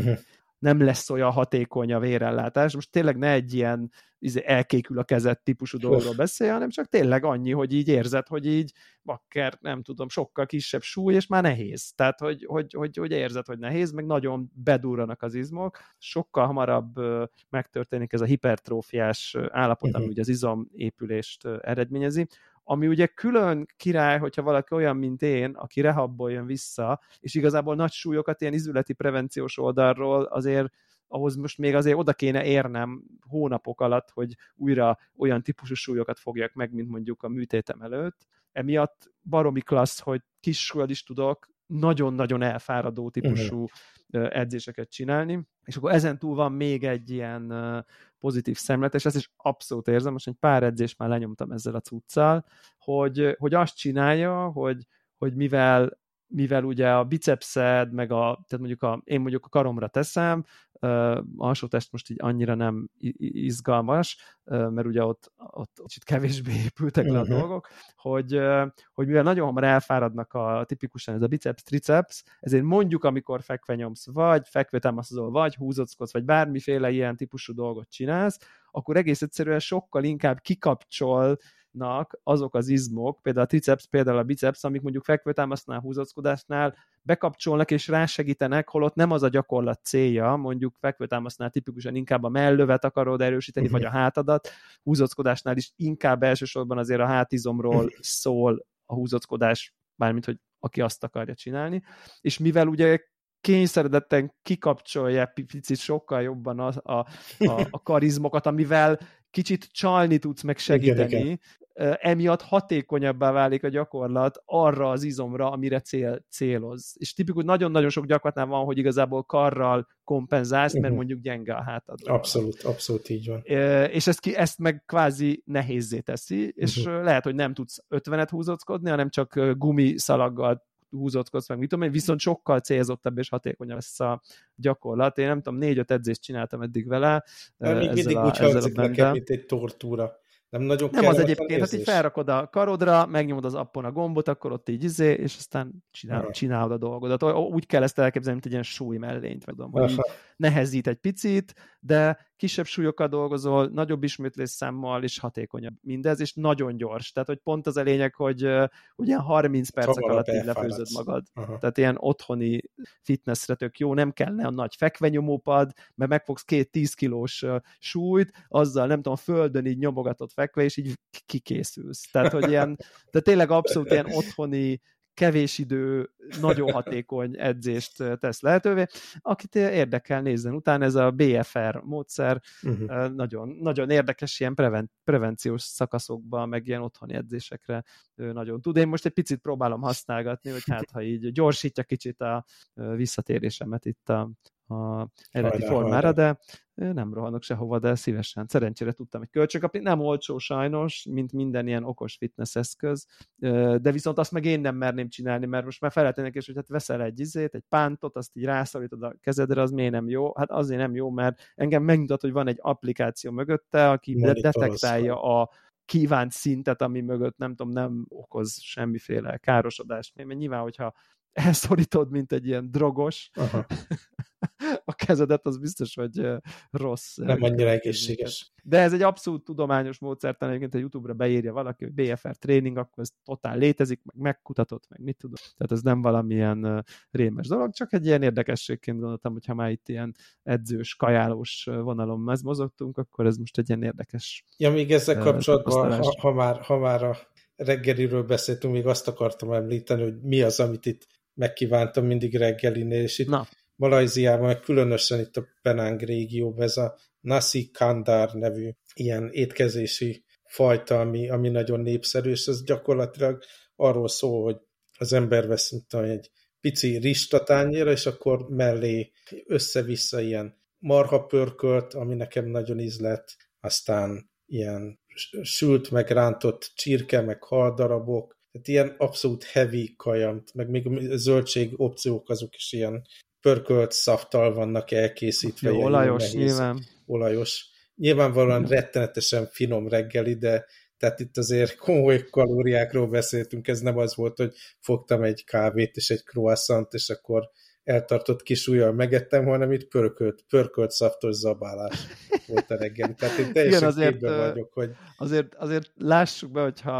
nem lesz olyan hatékony a vérellátás. Most tényleg ne egy ilyen elkékül a kezed típusú dologról beszélj, hanem csak tényleg annyi, hogy így érzed, hogy így bakker, nem tudom, sokkal kisebb súly, és már nehéz. Tehát, hogy érzed, hogy nehéz, meg nagyon bedurranak az izmok, sokkal hamarabb megtörténik ez a hipertrófiás állapot, ami ugye az izomépülést eredményezi. ami ugye külön király, hogyha valaki olyan, mint én, aki rehabból jön vissza, és igazából nagy súlyokat ilyen izületi prevenciós oldalról azért ahhoz most még azért oda kéne érnem hónapok alatt, hogy újra olyan típusú súlyokat fogjak meg, mint mondjuk a műtétem előtt. Emiatt baromi klassz, hogy kisről is tudok nagyon-nagyon elfáradó típusú edzéseket csinálni, és akkor ezen túl van még egy ilyen pozitív szemlet, és ezt is abszolút érzem, most egy pár edzést már lenyomtam ezzel a cuccal, hogy azt csinálja, hogy mivel ugye a bicepszed, meg tehát én mondjuk a karomra teszem, a alsótest most így annyira nem izgalmas, mert ugye ott kicsit kevésbé épültek le a dolgok, hogy mivel nagyon hamar elfáradnak tipikusan ez a biceps-triceps, ezért mondjuk, amikor fekve nyomsz, vagy fekve támasztozol, vagy húzockodsz, vagy bármiféle ilyen típusú dolgot csinálsz, akkor egész egyszerűen sokkal inkább kikapcsolnak azok az izmok, például a triceps, például a biceps, amik mondjuk fekvőtámasztnál, húzockodásnál bekapcsolnak és rásegítenek, holott nem az a gyakorlat célja, mondjuk fekvőtámasztnál tipikusan inkább a mellövet akarod erősíteni, vagy a hátadat, húzockodásnál is inkább elsősorban azért a hátizomról szól a húzockodás, mármint, hogy aki azt akarja csinálni, és mivel ugye kényszeredetten kikapcsolja picit sokkal jobban a karizmokat, amivel kicsit csalni tudsz meg segíteni, igen. Emiatt hatékonyabbá válik a gyakorlat arra az izomra, amire céloz. És tipikus nagyon-nagyon sok gyakorlatnál van, hogy igazából karral kompenzálsz, mert mondjuk gyenge a hátad. Abszolút így van. És ezt meg kvázi nehézzé teszi, és lehet, hogy nem tudsz 50-et húzockodni, hanem csak gumiszalaggal húzódsz meg, mit tudom én, viszont sokkal célzottabb és hatékonyabb lesz a gyakorlat. Én nem tudom, 4-5 edzést csináltam eddig vele. Még mindig úgy hangzik nekem, mint egy tortúra. Nem az egyébként, hát így felrakod a karodra, megnyomod az appon a gombot, akkor ott így és aztán csinálod a dolgodat. Úgy kell ezt elképzelni, mint egy ilyen súly mellényt, tudom, hogy nehezít egy picit, de kisebb súlyokkal dolgozol, nagyobb ismétlésszámmal, és hatékonyabb mindez, és nagyon gyors. Tehát, hogy pont az a lényeg, hogy ilyen 30 percek alatt így lefőzöd magad. Tehát ilyen otthoni fitnessre tök jó, nem kellene a nagy fekvenyomópad, mert megfogsz 2 10 kilós súlyt, azzal nem tudom, földön így nyomogatott fekve, és így kikészülsz. Tehát, hogy de tényleg abszolút ilyen otthoni, kevés idő, nagyon hatékony edzést tesz lehetővé. Akit érdekel, nézzen utána, ez a BFR módszer, nagyon, nagyon érdekes ilyen prevenciós szakaszokban, meg ilyen otthoni edzésekre nagyon tud. Én most egy picit próbálom használgatni, hogy hát, ha így gyorsítja kicsit a visszatérésemet itt a eredeti formára, de nem rohanok sehova, de szívesen. Szerencsére tudtam egy kölcsönkapni. Nem olcsó sajnos, mint minden ilyen okos fitness eszköz, de viszont azt meg én nem merném csinálni, mert most már feleltenek is, hogy hát veszel egy pántot, azt így rászorítod a kezedre, az miért nem jó? Hát azért nem jó, mert engem megmutat, hogy van egy applikáció mögötte, aki detektálja a kívánt szintet, ami mögött nem okoz semmiféle károsodást. Mert nyilván, hogyha elszorítod, mint egy ilyen drogos, a kezedet, az biztos, hogy rossz. Nem annyira egészséges. De ez egy abszolút tudományos módszertan, egyébként a YouTube-ra beírja valaki, hogy BFR tréning, akkor ez totál létezik, meg megkutatott, meg mit tudom. Tehát ez nem valamilyen rémes dolog, csak egy ilyen érdekességként gondoltam, hogy ha már itt ilyen edzős, kajálós vonalon mozogtunk, akkor ez most egy ilyen érdekes. Ja, még ezzel kapcsolatban, ha már a reggeliről beszéltünk, még azt akartam említeni, hogy mi az, amit itt megkívántam mindig reggelinél, és itt Malajziában, különösen itt a Penang régióban ez a Nasi Kandar nevű ilyen étkezési fajta, ami nagyon népszerű, és ez gyakorlatilag arról szól, hogy az ember vesz egy pici ristatányéra, és akkor mellé össze-vissza ilyen marhapörkölt, ami nekem nagyon ízlett, aztán ilyen sült, meg rántott csirke, meg haldarabok, tehát ilyen abszolút heavy kaja, meg még a zöldség opciók azok is ilyen pörkölt szaftal vannak elkészítve. Jó, olajos nyilván. Olajos. Nyilvánvalóan rettenetesen finom reggeli, de tehát itt azért komoly kalóriákról beszéltünk, ez nem az volt, hogy fogtam egy kávét és egy croissant, és akkor eltartott kis ujjal megettem, hanem itt pörkölt szaftos zabálás volt a reggeli. Tehát én teljesen képben vagyok, hogy... Azért lássuk be, hogyha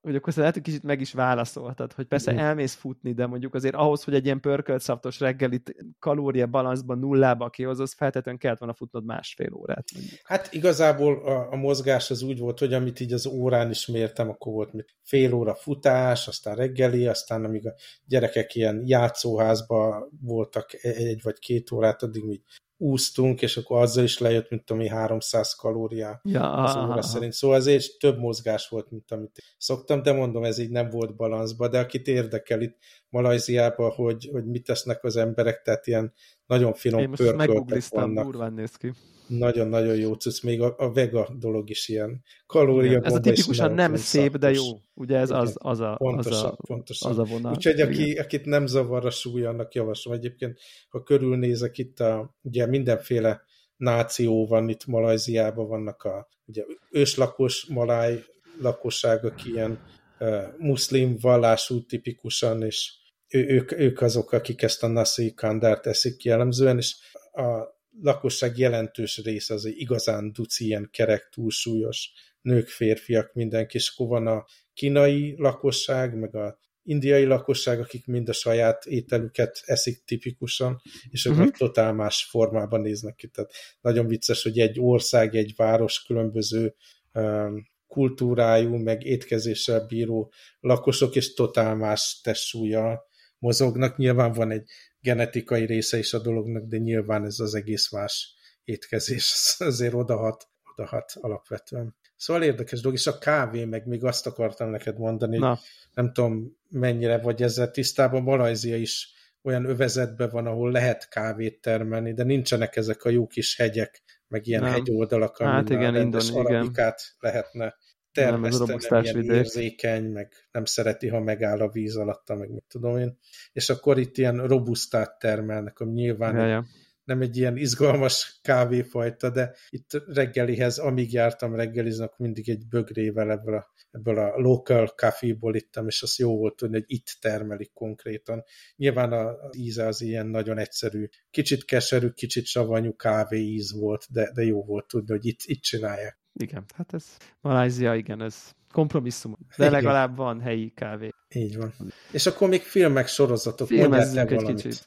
hogy akkor lehet, hogy kicsit meg is válaszoltad, hogy persze elmész futni, de mondjuk azért ahhoz, hogy egy ilyen pörkölt szaftos reggelit kalória balanszban nullába kihoz, az feltétlenül kellett volna futnod 1,5 órát. Mondjuk. Hát igazából a mozgás az úgy volt, hogy amit így az órán is mértem, akkor volt fél óra futás, aztán reggeli, aztán amíg a gyerekek ilyen játszóházba voltak 1 vagy 2 órát, addig mi úsztunk, és akkor azzal is lejött, mint ami 300 kalóriá az óra szerint. Szóval ezért több mozgás volt, mint amit szoktam, de mondom, ez így nem volt balanszban, de akit érdekel itt Malajziában, hogy mit tesznek az emberek, tehát ilyen nagyon finom pörköltek vannak. Durván néz ki. Nagyon-nagyon jó cucc, még a vega dolog is ilyen kalóriabomba. Ez a tipikusan nem szép, de jó. Ugye ez az a vonal. Úgyhogy akit nem zavar a súly, annak javaslom. Egyébként, ha körülnézek itt, ugye mindenféle náció van itt Malajziában, vannak ugye őslakos maláj lakosság, aki ilyen muszlim vallású tipikusan, és ők azok, akik ezt a nasi kandárt eszik jellemzően, és a lakosság jelentős része az egy igazán duci, ilyen kerek, túlsúlyos nők, férfiak, mindenki, és akkor van a kínai lakosság, meg a indiai lakosság, akik mind a saját ételüket eszik tipikusan, és ők meg totál más formában néznek ki. Tehát nagyon vicces, hogy egy ország, egy város különböző kultúrájú, meg étkezéssel bíró lakosok, és totál más testsúllyal mozognak. Nyilván van egy genetikai része is a dolognak, de nyilván ez az egész más étkezés azért odahat alapvetően. Szóval érdekes dolog, és a kávé, meg még azt akartam neked mondani, hogy nem tudom mennyire vagy ezzel tisztában, Malajzia is olyan övezetben van, ahol lehet kávét termelni, de nincsenek ezek a jó kis hegyek, meg ilyen hegyoldalak, amin a rendes arabikát lehetne termeszteni, nem ilyen érzékeny, meg nem szereti, ha megáll a víz alatta, meg mit tudom én. És akkor itt ilyen robusztát termelnek, ami nyilván nem egy ilyen izgalmas kávéfajta, de itt reggelihez, amíg jártam reggeliznak, mindig egy bögrével ebből a local caféból ittam, és az jó volt tudni, hogy itt termelik konkrétan. Nyilván az íze az ilyen nagyon egyszerű, kicsit keserű, kicsit savanyú kávé íz volt, de jó volt tudni, hogy itt csinálják. Igen, hát ez Malajzia, igen, ez kompromisszum, de legalább van helyi kávé. Így van. És akkor még filmek, sorozatok, mondjál te valamit. Kicsit.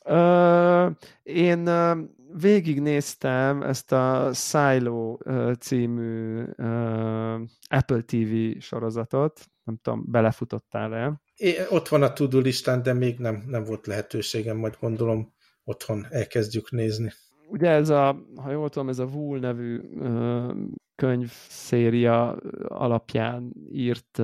Én végignéztem ezt a Silo című Apple TV sorozatot, nem tudom, belefutottál-e? Ott van a to-do listán, de még nem volt lehetőségem, majd gondolom otthon elkezdjük nézni. Ugye ez ha jól tudom, ez a Wool nevű könyvszéria alapján írt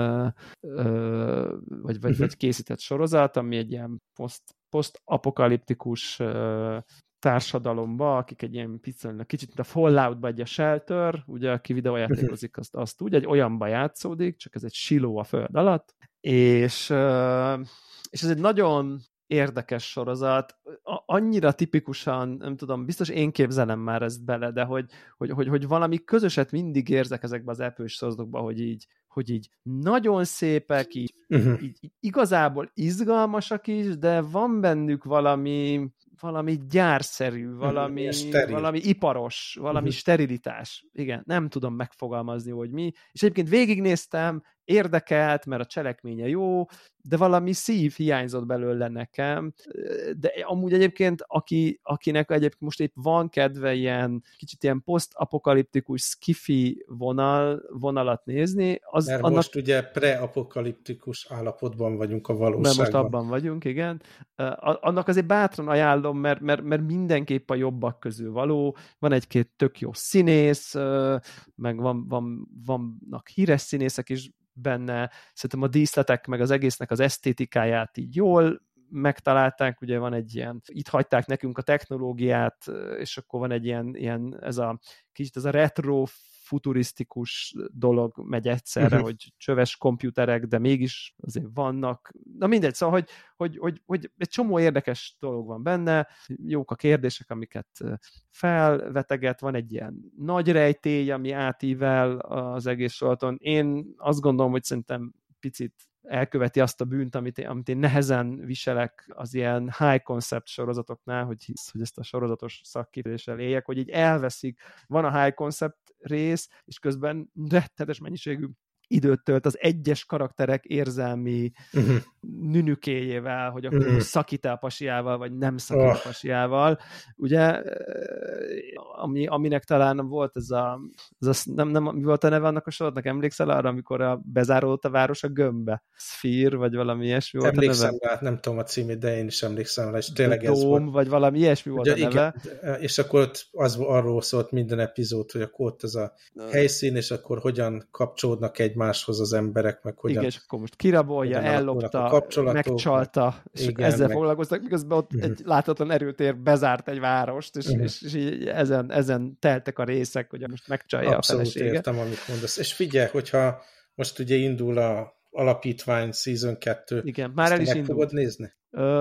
vagy készített sorozat, ami egy ilyen posztapokaliptikus társadalomba, akik egy ilyen kicsit mint a Falloutba egy a Shelter, ugye aki videójátékozik, azt úgy, egy olyanba játszódik, csak ez egy siló a föld alatt, és ez egy nagyon érdekes sorozat, annyira tipikusan, nem tudom, biztos én képzelem már ezt bele, de hogy valami közöset mindig érzek ezekbe az Apple-s sorozatokba, hogy így nagyon szépek, így igazából izgalmasak is, de van bennük valami gyárszerű, valami iparos, valami sterilitás. Igen, nem tudom megfogalmazni, hogy mi. És egyébként végignéztem, érdekelt, mert a cselekménye jó, de valami szív hiányzott belőle nekem. De amúgy egyébként, akinek egyébként most épp van kedve kicsit ilyen posztapokaliptikus skifi vonalat nézni, az mert annak... most ugye preapokaliptikus állapotban vagyunk a valóságban. Mert most abban vagyunk, igen. Annak azért bátran ajánlom, mert mindenképp a jobbak közül való. Van egy-két tök jó színész, meg vannak híres színészek is benne. Szerintem a díszletek, meg az egésznek az esztétikáját így jól megtalálták, ugye van egy ilyen, itt hagyták nekünk a technológiát, és akkor van egy ilyen ez a retro futurisztikus dolog megy egyszerre, hogy csöves komputerek, de mégis azért vannak. Na mindegy, szóval, hogy egy csomó érdekes dolog van benne, jók a kérdések, amiket felveteget, van egy ilyen nagy rejtély, ami átível az egész sorozaton. Én azt gondolom, hogy szerintem picit elköveti azt a bűnt, amit én nehezen viselek az ilyen high concept sorozatoknál, hogy ezt a sorozatos szakképzéssel éljek, hogy így elveszik. Van a high concept rész, és közben rettetes mennyiségű időt tölt az egyes karakterek érzelmi nünükéjével, hogy akkor szakít-e a pasiával, vagy nem szakít a pasiával. Ugye, aminek talán volt ez a nem, mi volt a neve annak a sornak? Emlékszel arra, amikor bezáródott a város a gömbbe? Sphere, vagy valami ilyesmi volt emlékszem a neve? Rá, nem tudom a címét, de én is emlékszem rá, és tényleg ez volt. Vagy valami ilyesmi volt ugye, a neve. Igen, és akkor ott arról szólt minden epizód, hogy akkor ott ez a helyszín, és akkor hogyan kapcsolódnak egymáshoz az emberek, meg hogyan... Igen, és akkor most kirabolja, ellopta, megcsalta, és igen, ezzel foglalkoztak, miközben ott egy láthatatlan erőtér bezárt egy várost, és így ezen teltek a részek, hogy most megcsalja abszolút a felesége. Értem, amit mondasz. És figyelj, hogyha most ugye indul a Alapítvány Season 2, igen, már el is indult. Fogod nézni?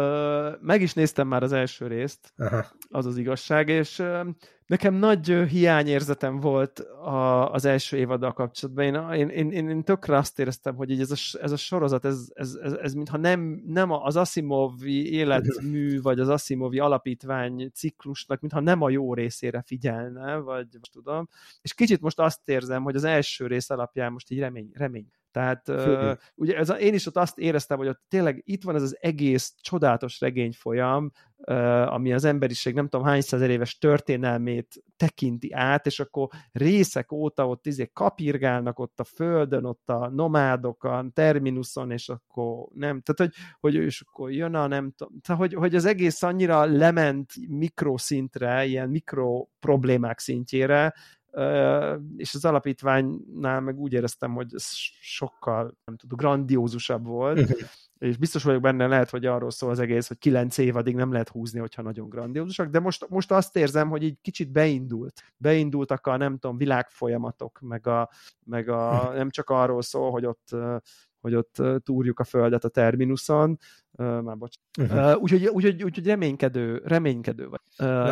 Meg is néztem már az első részt, az az igazság, és nekem nagy hiányérzetem volt az első évaddal kapcsolatban. Én tökre azt éreztem, hogy így ez a sorozat, ez mintha nem az Asimovi életmű, vagy az Asimovi alapítvány ciklusnak, mintha nem a jó részére figyelne, vagy most tudom. És kicsit most azt érzem, hogy az első rész alapján most így remény. Tehát ugye én is ott azt éreztem, hogy ott tényleg itt van ez az egész csodálatos regényfolyam, ami az emberiség nem tudom hány százezer éves történelmét tekinti át, és akkor részek óta ott kapirgálnak ott a földön, ott a nomádokon, terminuson, és akkor nem, tehát hogy és akkor jön a nem tudom, tehát hogy az egész annyira lement mikroszintre, ilyen mikroproblémák szintjére, és az alapítványnál meg úgy éreztem, hogy ez sokkal, nem tudom, grandiózusabb volt, és biztos vagyok benne, lehet, hogy arról szól az egész, hogy 9 évadig nem lehet húzni, hogyha nagyon grandiózusak, de most azt érzem, hogy így kicsit beindultak a, nem tudom, világfolyamatok, meg a nem csak arról szól, hogy ott túrjuk a földet a terminuson, már bocs. Úgyhogy reménykedő vagy.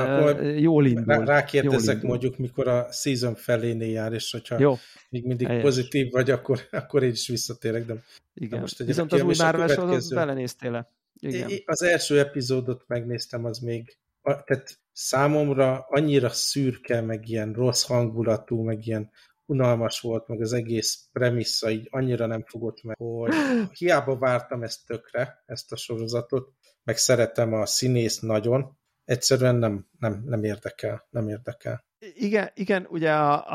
Jól indul. Rákérdezek mondjuk, mikor a season felénél jár, és hogyha még mindig pozitív vagy, akkor én is visszatérek. De igen. Most viszont az új Marvel-sorozat belenéztél-e? Igen. Az első epizódot megnéztem, az még tehát számomra annyira szürke, meg ilyen rossz hangulatú, meg ilyen unalmas volt, meg az egész premissza így annyira nem fogott meg, hogy hiába vártam ezt tökre, ezt a sorozatot, meg szeretem a színészt nagyon, egyszerűen nem érdekel. Igen, ugye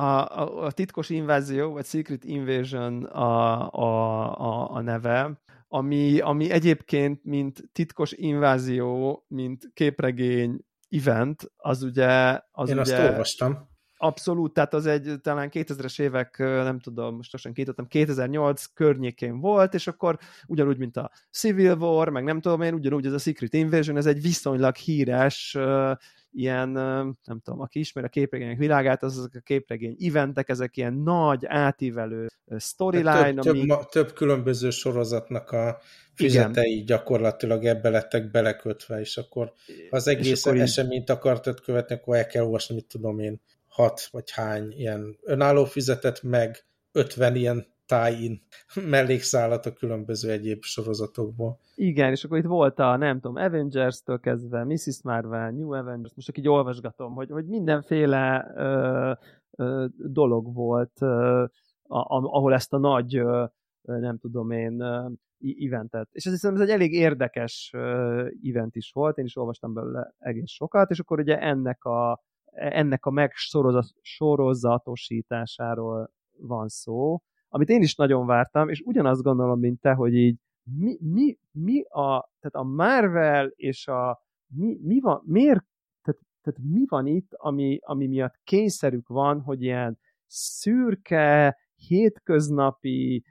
a titkos invázió, vagy Secret Invasion a neve, ami egyébként, mint titkos invázió, mint képregény event, az ugye... Én azt olvastam. Abszolút, tehát az egy talán 2000-es évek, nem tudom, most lassan kiítottam, 2008 környékén volt, és akkor ugyanúgy, mint a Civil War, meg nem tudom én, ugyanúgy ez a Secret Invasion, ez egy viszonylag híres ilyen, nem tudom, aki ismer a képregények világát, azok a képregény eventek, ezek ilyen nagy, átívelő storyline, több különböző sorozatnak a füzetei gyakorlatilag ebbe lettek belekötve, és akkor az egész eseményt akartad követni, akkor el kell olvasni, mit tudom én, 6 vagy hány ilyen önálló füzetet, meg 50 ilyen tie-in mellékszálat a különböző egyéb sorozatokból. Igen, és akkor itt volt a, nem tudom, Avengers-től kezdve, Mrs. Marvel, New Avengers, most csak így olvasgatom, hogy mindenféle dolog volt, ahol ezt a nagy, nem tudom én, eventet. És azt hiszem, ez egy elég érdekes event is volt, én is olvastam belőle egész sokat, és akkor ugye ennek a megsorozatosításáról van szó, amit én is nagyon vártam, és ugyanazt gondolom, mint te, hogy így tehát a Marvel és mi van, miért, tehát mi van itt, ami miatt kényszerük van, hogy ilyen szürke, hétköznapi,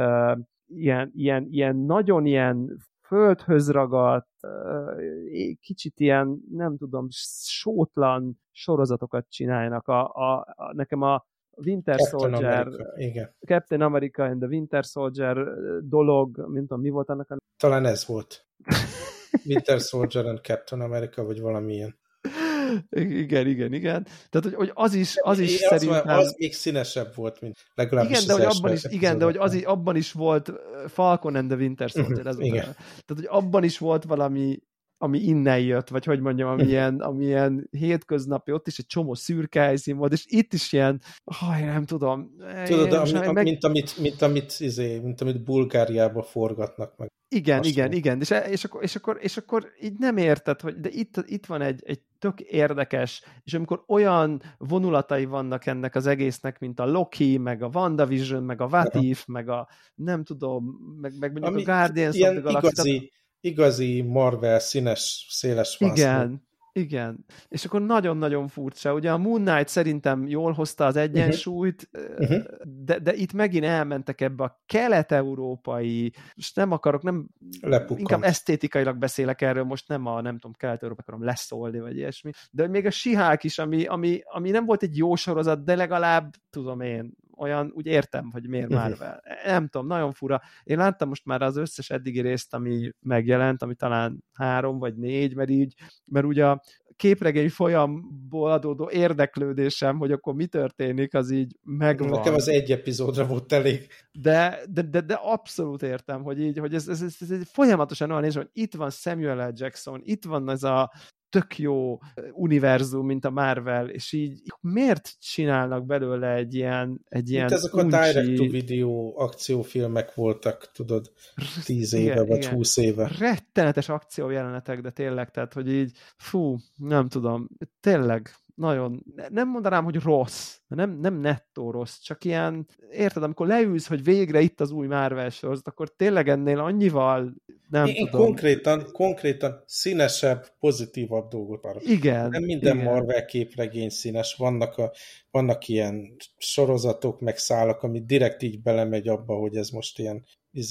ilyen nagyon ilyen földhöz ragadt, kicsit ilyen, nem tudom, sótlan sorozatokat csinálnak. Nekem a Winter Soldier, Captain America and the Winter Soldier dolog, nem tudom, mi volt annak a... Talán ez volt. Winter Soldier and Captain America, vagy valamilyen. Igen. Tehát, hogy az is szerintem... Az még színesebb volt, mint legalábbis de hogy abban is volt Falcon and the Winter Soldier. Tehát, hogy abban is volt valami ami innen jött, vagy hogy mondjam, ami ilyen hétköznapi, ott is egy csomó szürke helyszín volt, és itt is ilyen, nem tudom. Tudod, mint amit Bulgáriába forgatnak meg. Igen. És akkor így nem érted, hogy de itt van egy tök érdekes, és amikor olyan vonulatai vannak ennek az egésznek, mint a Loki, meg a WandaVision, meg a What If, meg a nem tudom, meg mondjuk a Guardians of the Galaxy. Igazi Marvel színes, széles vászló. Igen. És akkor nagyon-nagyon furcsa. Ugye a Moon Knight szerintem jól hozta az egyensúlyt, de itt megint elmentek ebbe a kelet-európai, és inkább esztétikailag beszélek erről, most nem tudom, kelet-európai akarom leszólni, vagy ilyesmi, de még a She-Hulk is, ami nem volt egy jó sorozat, de legalább, tudom én, olyan, úgy értem, hogy miért Marvel. Nem tudom, nagyon fura. Én láttam most már az összes eddigi részt, ami megjelent, ami talán 3 vagy 4, mert ugye a képregény folyamból adódó érdeklődésem, hogy akkor mi történik, az így megvan. Nekem az egy epizódra volt elég. De abszolút értem, hogy ez folyamatosan olyan nézve, hogy itt van Samuel L. Jackson, itt van ez a tök jó univerzum, mint a Marvel, és így miért csinálnak belőle egy ilyen ezek a direct-to-video akciófilmek voltak, tudod, 10 éve, vagy 20 éve. Rettenetes akciójelenetek, de tényleg, tehát, hogy így, nem tudom, tényleg, nagyon, nem mondanám, hogy rossz, nem nettó rossz, csak ilyen, érted, amikor leülsz, hogy végre itt az új Marvel sorozat, akkor tényleg ennél annyival Én konkrétan színesebb, pozitívabb dolgot arra. Igen. Nem minden Marvel képregény színes, vannak ilyen sorozatok, meg szálak, ami direkt így belemegy abba, hogy ez most ilyen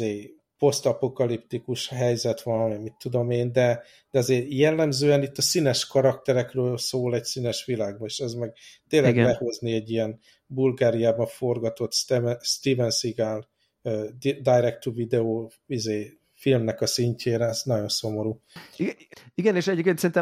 posztapokaliptikus helyzet van, mit tudom én, de azért jellemzően itt a színes karakterekről szól egy színes világban, és ez meg tényleg lehozni egy ilyen Bulgáriában forgatott Steven Seagal direct-to-video filmnek a szintjére, ez nagyon szomorú. Igen, és egyébként szerintem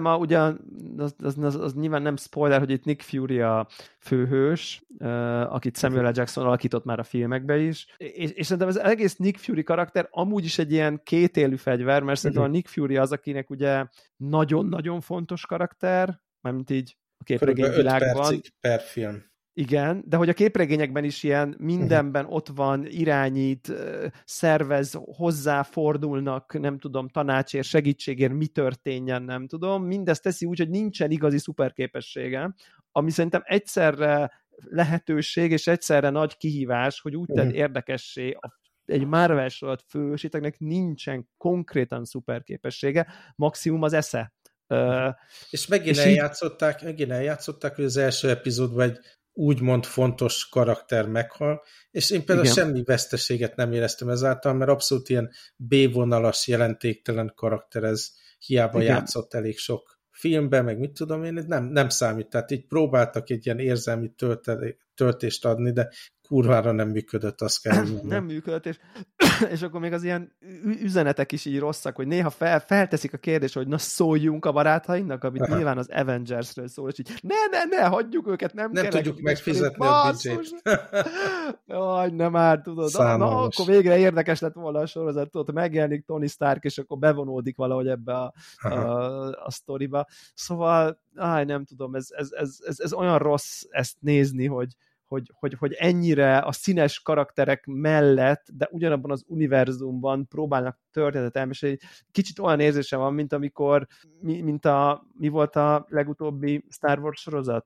az nyilván nem spoiler, hogy itt Nick Fury a főhős, akit Samuel L. Jackson alakított már a filmekbe is, és szerintem az egész Nick Fury karakter amúgy is egy ilyen kétélű fegyver, mert szerintem a Nick Fury az, akinek ugye nagyon-nagyon fontos karakter, mármint így a képregényvilágban. 5 percig per film. Igen, de hogy a képregényekben is ilyen mindenben ott van, irányít, szervez, hozzáfordulnak, nem tudom, tanácsért, segítségért, mi történjen, nem tudom. Mindezt teszi úgy, hogy nincsen igazi szuperképessége, ami szerintem egyszerre lehetőség, és egyszerre nagy kihívás, hogy úgy tedd érdekessé egy Marvel sorozat főhőséteknek nincsen konkrétan szuperképessége, maximum az esze. És megint eljátszották, hogy az első epizódban egy úgymond fontos karakter meghal, és én például semmi veszteséget nem éreztem ezáltal, mert abszolút ilyen B-vonalas, jelentéktelen karakter, ez hiába játszott elég sok filmben, meg mit tudom én, nem számít. Tehát így próbáltak egy ilyen érzelmi töltést adni, de kurvára nem működött, azt kell mondani. Nem működött, és akkor még az ilyen üzenetek is így rosszak, hogy néha felteszik a kérdést, hogy na szóljunk a barátainknak, amit nyilván az Avengersről szól, és így ne, hagyjuk őket, nem tudjuk megfizetni a budget. Jaj, nem már, tudod. Na, akkor végre érdekes lett volna a sorozat, tudod, megjelenik Tony Stark, és akkor bevonódik valahogy ebbe a sztoriba. Szóval, nem tudom, ez olyan rossz ezt nézni, hogy ennyire a színes karakterek mellett, de ugyanabban az univerzumban próbálnak történetet elmesélni. Kicsit olyan érzésem van, mint amikor, mi volt a legutóbbi Star Wars sorozat?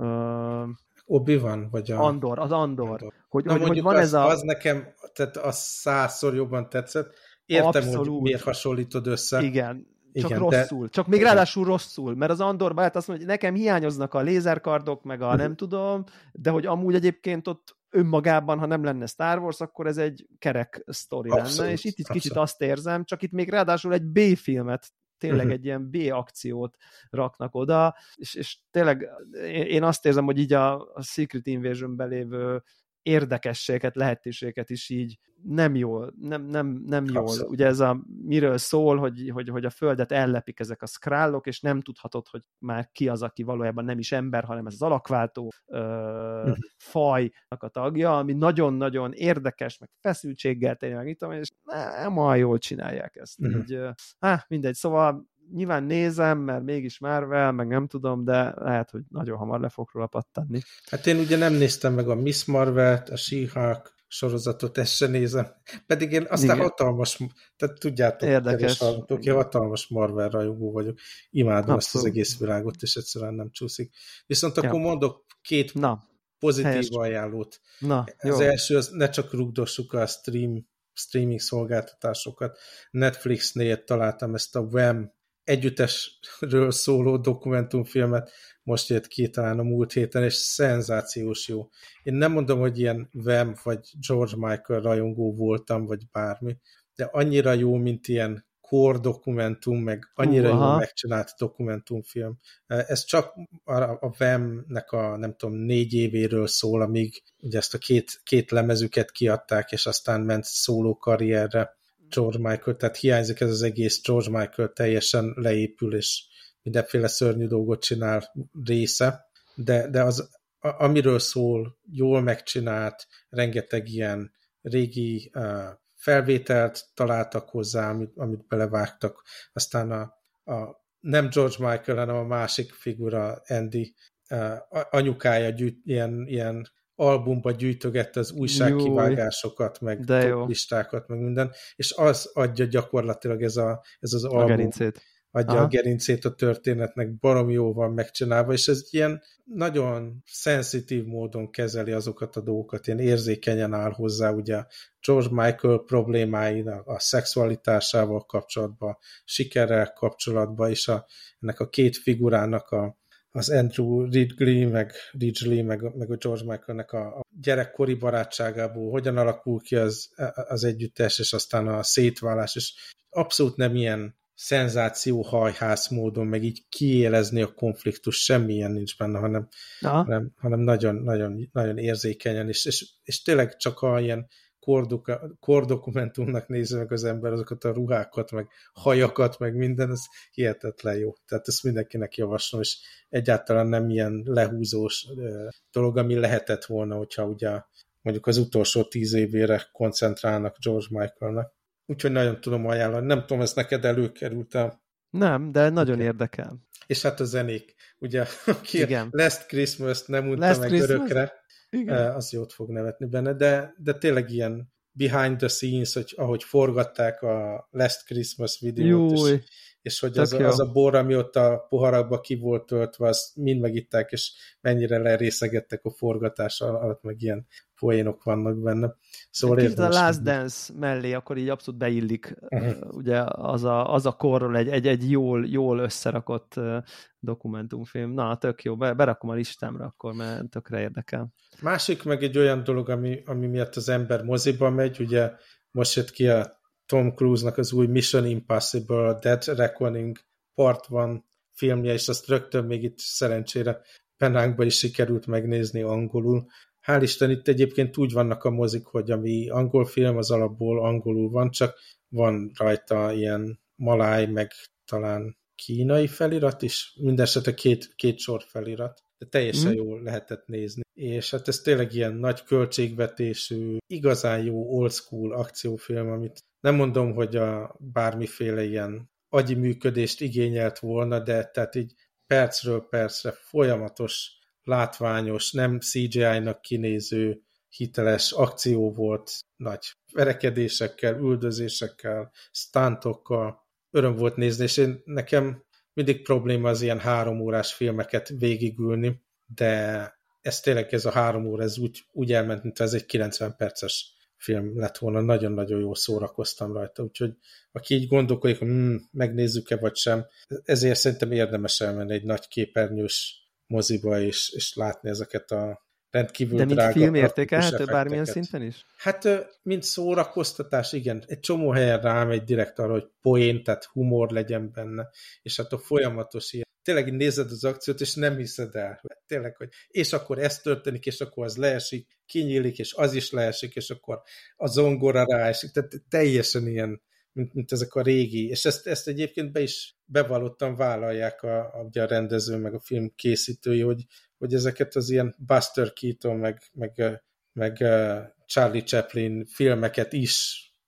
Obi-Wan, vagy Andor. Hogy van ez az nekem, tehát az 100-szor jobban tetszett. Értem, abszolút, hogy miért hasonlítod össze. Igen, csak rosszul. Csak még ráadásul rosszul, mert az Andorban azt mondja, hogy nekem hiányoznak a lézerkardok, meg a nem tudom, de hogy amúgy egyébként ott önmagában, ha nem lenne Star Wars, akkor ez egy kerek sztori lenne, és itt kicsit azt érzem, csak itt még ráadásul egy B-filmet, tényleg egy ilyen B-akciót raknak oda, és tényleg én azt érzem, hogy így a Secret Invasion-ben lévő érdekességet, lehetőséget is így nem jól, nem jól. Ugye ez miről szól, hogy a Földet ellepik ezek a skrullok, és nem tudhatod, hogy már ki az, aki valójában nem is ember, hanem ez az alakváltó fajnak a tagja, ami nagyon-nagyon érdekes, meg feszültséggel tényleg, és nem olyan jól csinálják ezt. Így, mindegy, szóval nyilván nézem, mert mégis Marvel, meg nem tudom, de lehet, hogy nagyon hamar le fog róla pattanni. Hát én ugye nem néztem meg a Miss Marvel-t, a She-Hulk sorozatot, ezt se nézem. Pedig én aztán hatalmas, tehát tudjátok, érdekes, hallgatók, én hatalmas Marvel rajongó vagyok. Imádom ezt az abszolút. egész világot, és egyszerűen nem csúszik. Viszont akkor mondok két pozitív ajánlót. Az első, az ne csak rugdossuk a streaming szolgáltatásokat. Netflixnél találtam ezt a Wham együttesről szóló dokumentumfilmet, most jött ki talán a múlt héten, és szenzációs jó. Én nem mondom, hogy ilyen Wham vagy George Michael rajongó voltam, vagy bármi, de annyira jó, mint ilyen core dokumentum, meg annyira jól megcsinált dokumentumfilm. Ez csak a Wham-nek a nem tudom, 4 évéről szól, amíg ugye ezt a két lemezüket kiadták, és aztán ment szóló karrierre George Michael, tehát hiányzik ez az egész George Michael teljesen leépül, és mindenféle szörnyű dolgot csinál része, de az, amiről szól, jól megcsinált, rengeteg ilyen régi felvételt találtak hozzá, amit belevágtak. Aztán a nem George Michael, hanem a másik figura, Andy, anyukája ilyen albumba gyűjtögette az újságkivágásokat, meg toplistákat, meg minden, és az adja gyakorlatilag ez az album. Gerincét. Adja a gerincét a történetnek, baromi jó van megcsinálva, és ez ilyen nagyon szenzitív módon kezeli azokat a dolgokat, ilyen érzékenyen áll hozzá, ugye George Michael problémáinak, a szexualitásával kapcsolatban, sikerrel kapcsolatban, és ennek a két figurának az Andrew Ridgely, meg a George Michaelnek a gyerekkori barátságából, hogyan alakul ki az együttes, és aztán a szétválás, és abszolút nem ilyen szenzáció hajhász módon, meg így kiélezni a konfliktus, semmilyen nincs benne, hanem nagyon, nagyon, nagyon érzékenyen, és tényleg csak ha ilyen kordokumentumnak nézi meg az ember azokat a ruhákat, meg hajakat, meg minden, ez hihetetlen jó. Tehát ezt mindenkinek javaslom, és egyáltalán nem ilyen lehúzós dolog, ami lehetett volna, hogyha ugye mondjuk az utolsó 10 évére koncentrálnak George Michaelnek. Úgyhogy nagyon tudom ajánlani. Nem tudom, ez neked előkerült-e? Nem, de nagyon érdekel. És hát a zenék. Ugye, aki Last Christmas nem mondta meg örökre, az jót fog nevetni benne, de tényleg ilyen behind the scenes, hogy ahogy forgatták a Last Christmas videót, és hogy az a bor, ami ott a poharakba ki volt töltve, azt mind megitták, és mennyire lerészegettek a forgatás alatt, meg ilyen poénok vannak benne. Szóval kicsit a Last Dance mellé akkor így abszolút beillik ugye az a korról egy jól összerakott dokumentumfilm. Na, tök jó, berakom a listámra akkor, mert tökre érdekel. Másik meg egy olyan dolog, ami miatt az ember moziba megy, ugye most jött ki a Tom Cruise-nak az új Mission Impossible, a Dead Reckoning Part 1 filmje, és azt rögtön még itt szerencsére Penánkba is sikerült megnézni angolul. Hál' Isten, itt egyébként úgy vannak a mozik, hogy ami angol film, az alapból angolul van, csak van rajta ilyen maláj, meg talán kínai felirat is, mindenesetre két sor felirat, de teljesen jól lehetett nézni. És hát ez tényleg ilyen nagy költségvetésű, igazán jó old school akciófilm, amit nem mondom, hogy a bármiféle ilyen agyi működést igényelt volna, de tehát így percről percre folyamatos, látványos, nem CGI-nak kinéző, hiteles akció volt, nagy verekedésekkel, üldözésekkel, stuntokkal, öröm volt nézni, és nekem mindig probléma az ilyen 3 órás filmeket végigülni, de ez a 3 óra, ez úgy elment, mint ez egy 90 perces film lett volna, nagyon-nagyon jól szórakoztam rajta, úgyhogy aki így gondolkodik, megnézzük-e vagy sem, ezért szerintem érdemes elmenni egy nagy képernyős moziba, és látni ezeket a rendkívül drága. De mint film értékelhető bármilyen szinten is? Hát, mint szórakoztatás, igen. Egy csomó helyen rámegy direkt arra, hogy poén, tehát humor legyen benne, és hát a folyamatos ilyen. Tényleg nézed az akciót, és nem hiszed el. Tényleg, hogy és akkor ez történik, és akkor az leesik, kinyílik, és az is leesik, és akkor a zongora ráesik. Tehát teljesen ilyen, mint ezek a régi. És ezt egyébként bevallottan vállalják a rendező, meg a film készítői, hogy ezeket az ilyen Buster Keaton, meg Charlie Chaplin filmeket is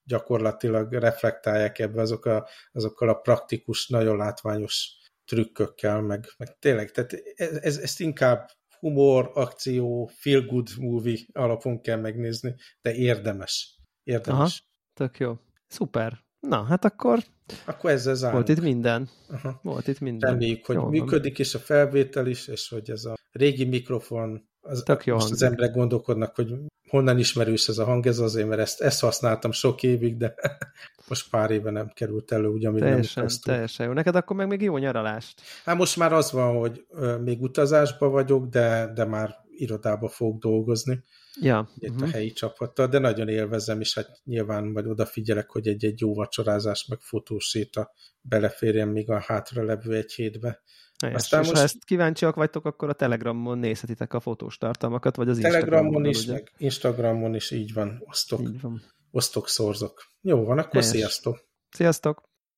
gyakorlatilag reflektálják ebbe azokkal a praktikus, nagyon látványos trükkökkel, meg tényleg, tehát ezt inkább humor, akció, feel good movie alapon kell megnézni, de érdemes. Aha, tök jó. Szuper. Na, hát akkor ezzel zárunk. Volt itt minden. Aha. Volt itt minden. Reméljük, hogy működik is a felvétel is, és hogy ez a régi mikrofon, most az emberek gondolkodnak, hogy honnan ismerős ez a hang, ez azért, mert ezt használtam sok évig, de most pár éve nem került elő, ugye, amíg nem utaztunk. Teljesen jó. Neked akkor meg még jó nyaralást. Hát most már az van, hogy még utazásban vagyok, de már irodába fogok dolgozni. Ja. Itt a helyi csapattal, de nagyon élvezem, és hát nyilván majd odafigyelek, hogy egy jó vacsorázás, meg fotóséta beleférjen még a hátra levő egy hétbe. Aztán és most... ha ezt kíváncsiak vagytok, akkor a Telegramon nézhetitek a fotós tartalmakat, vagy az Telegramon is, ugye? Meg Instagramon is így van, osztok, szorzok. Jó van, akkor sziasztok! Sziasztok!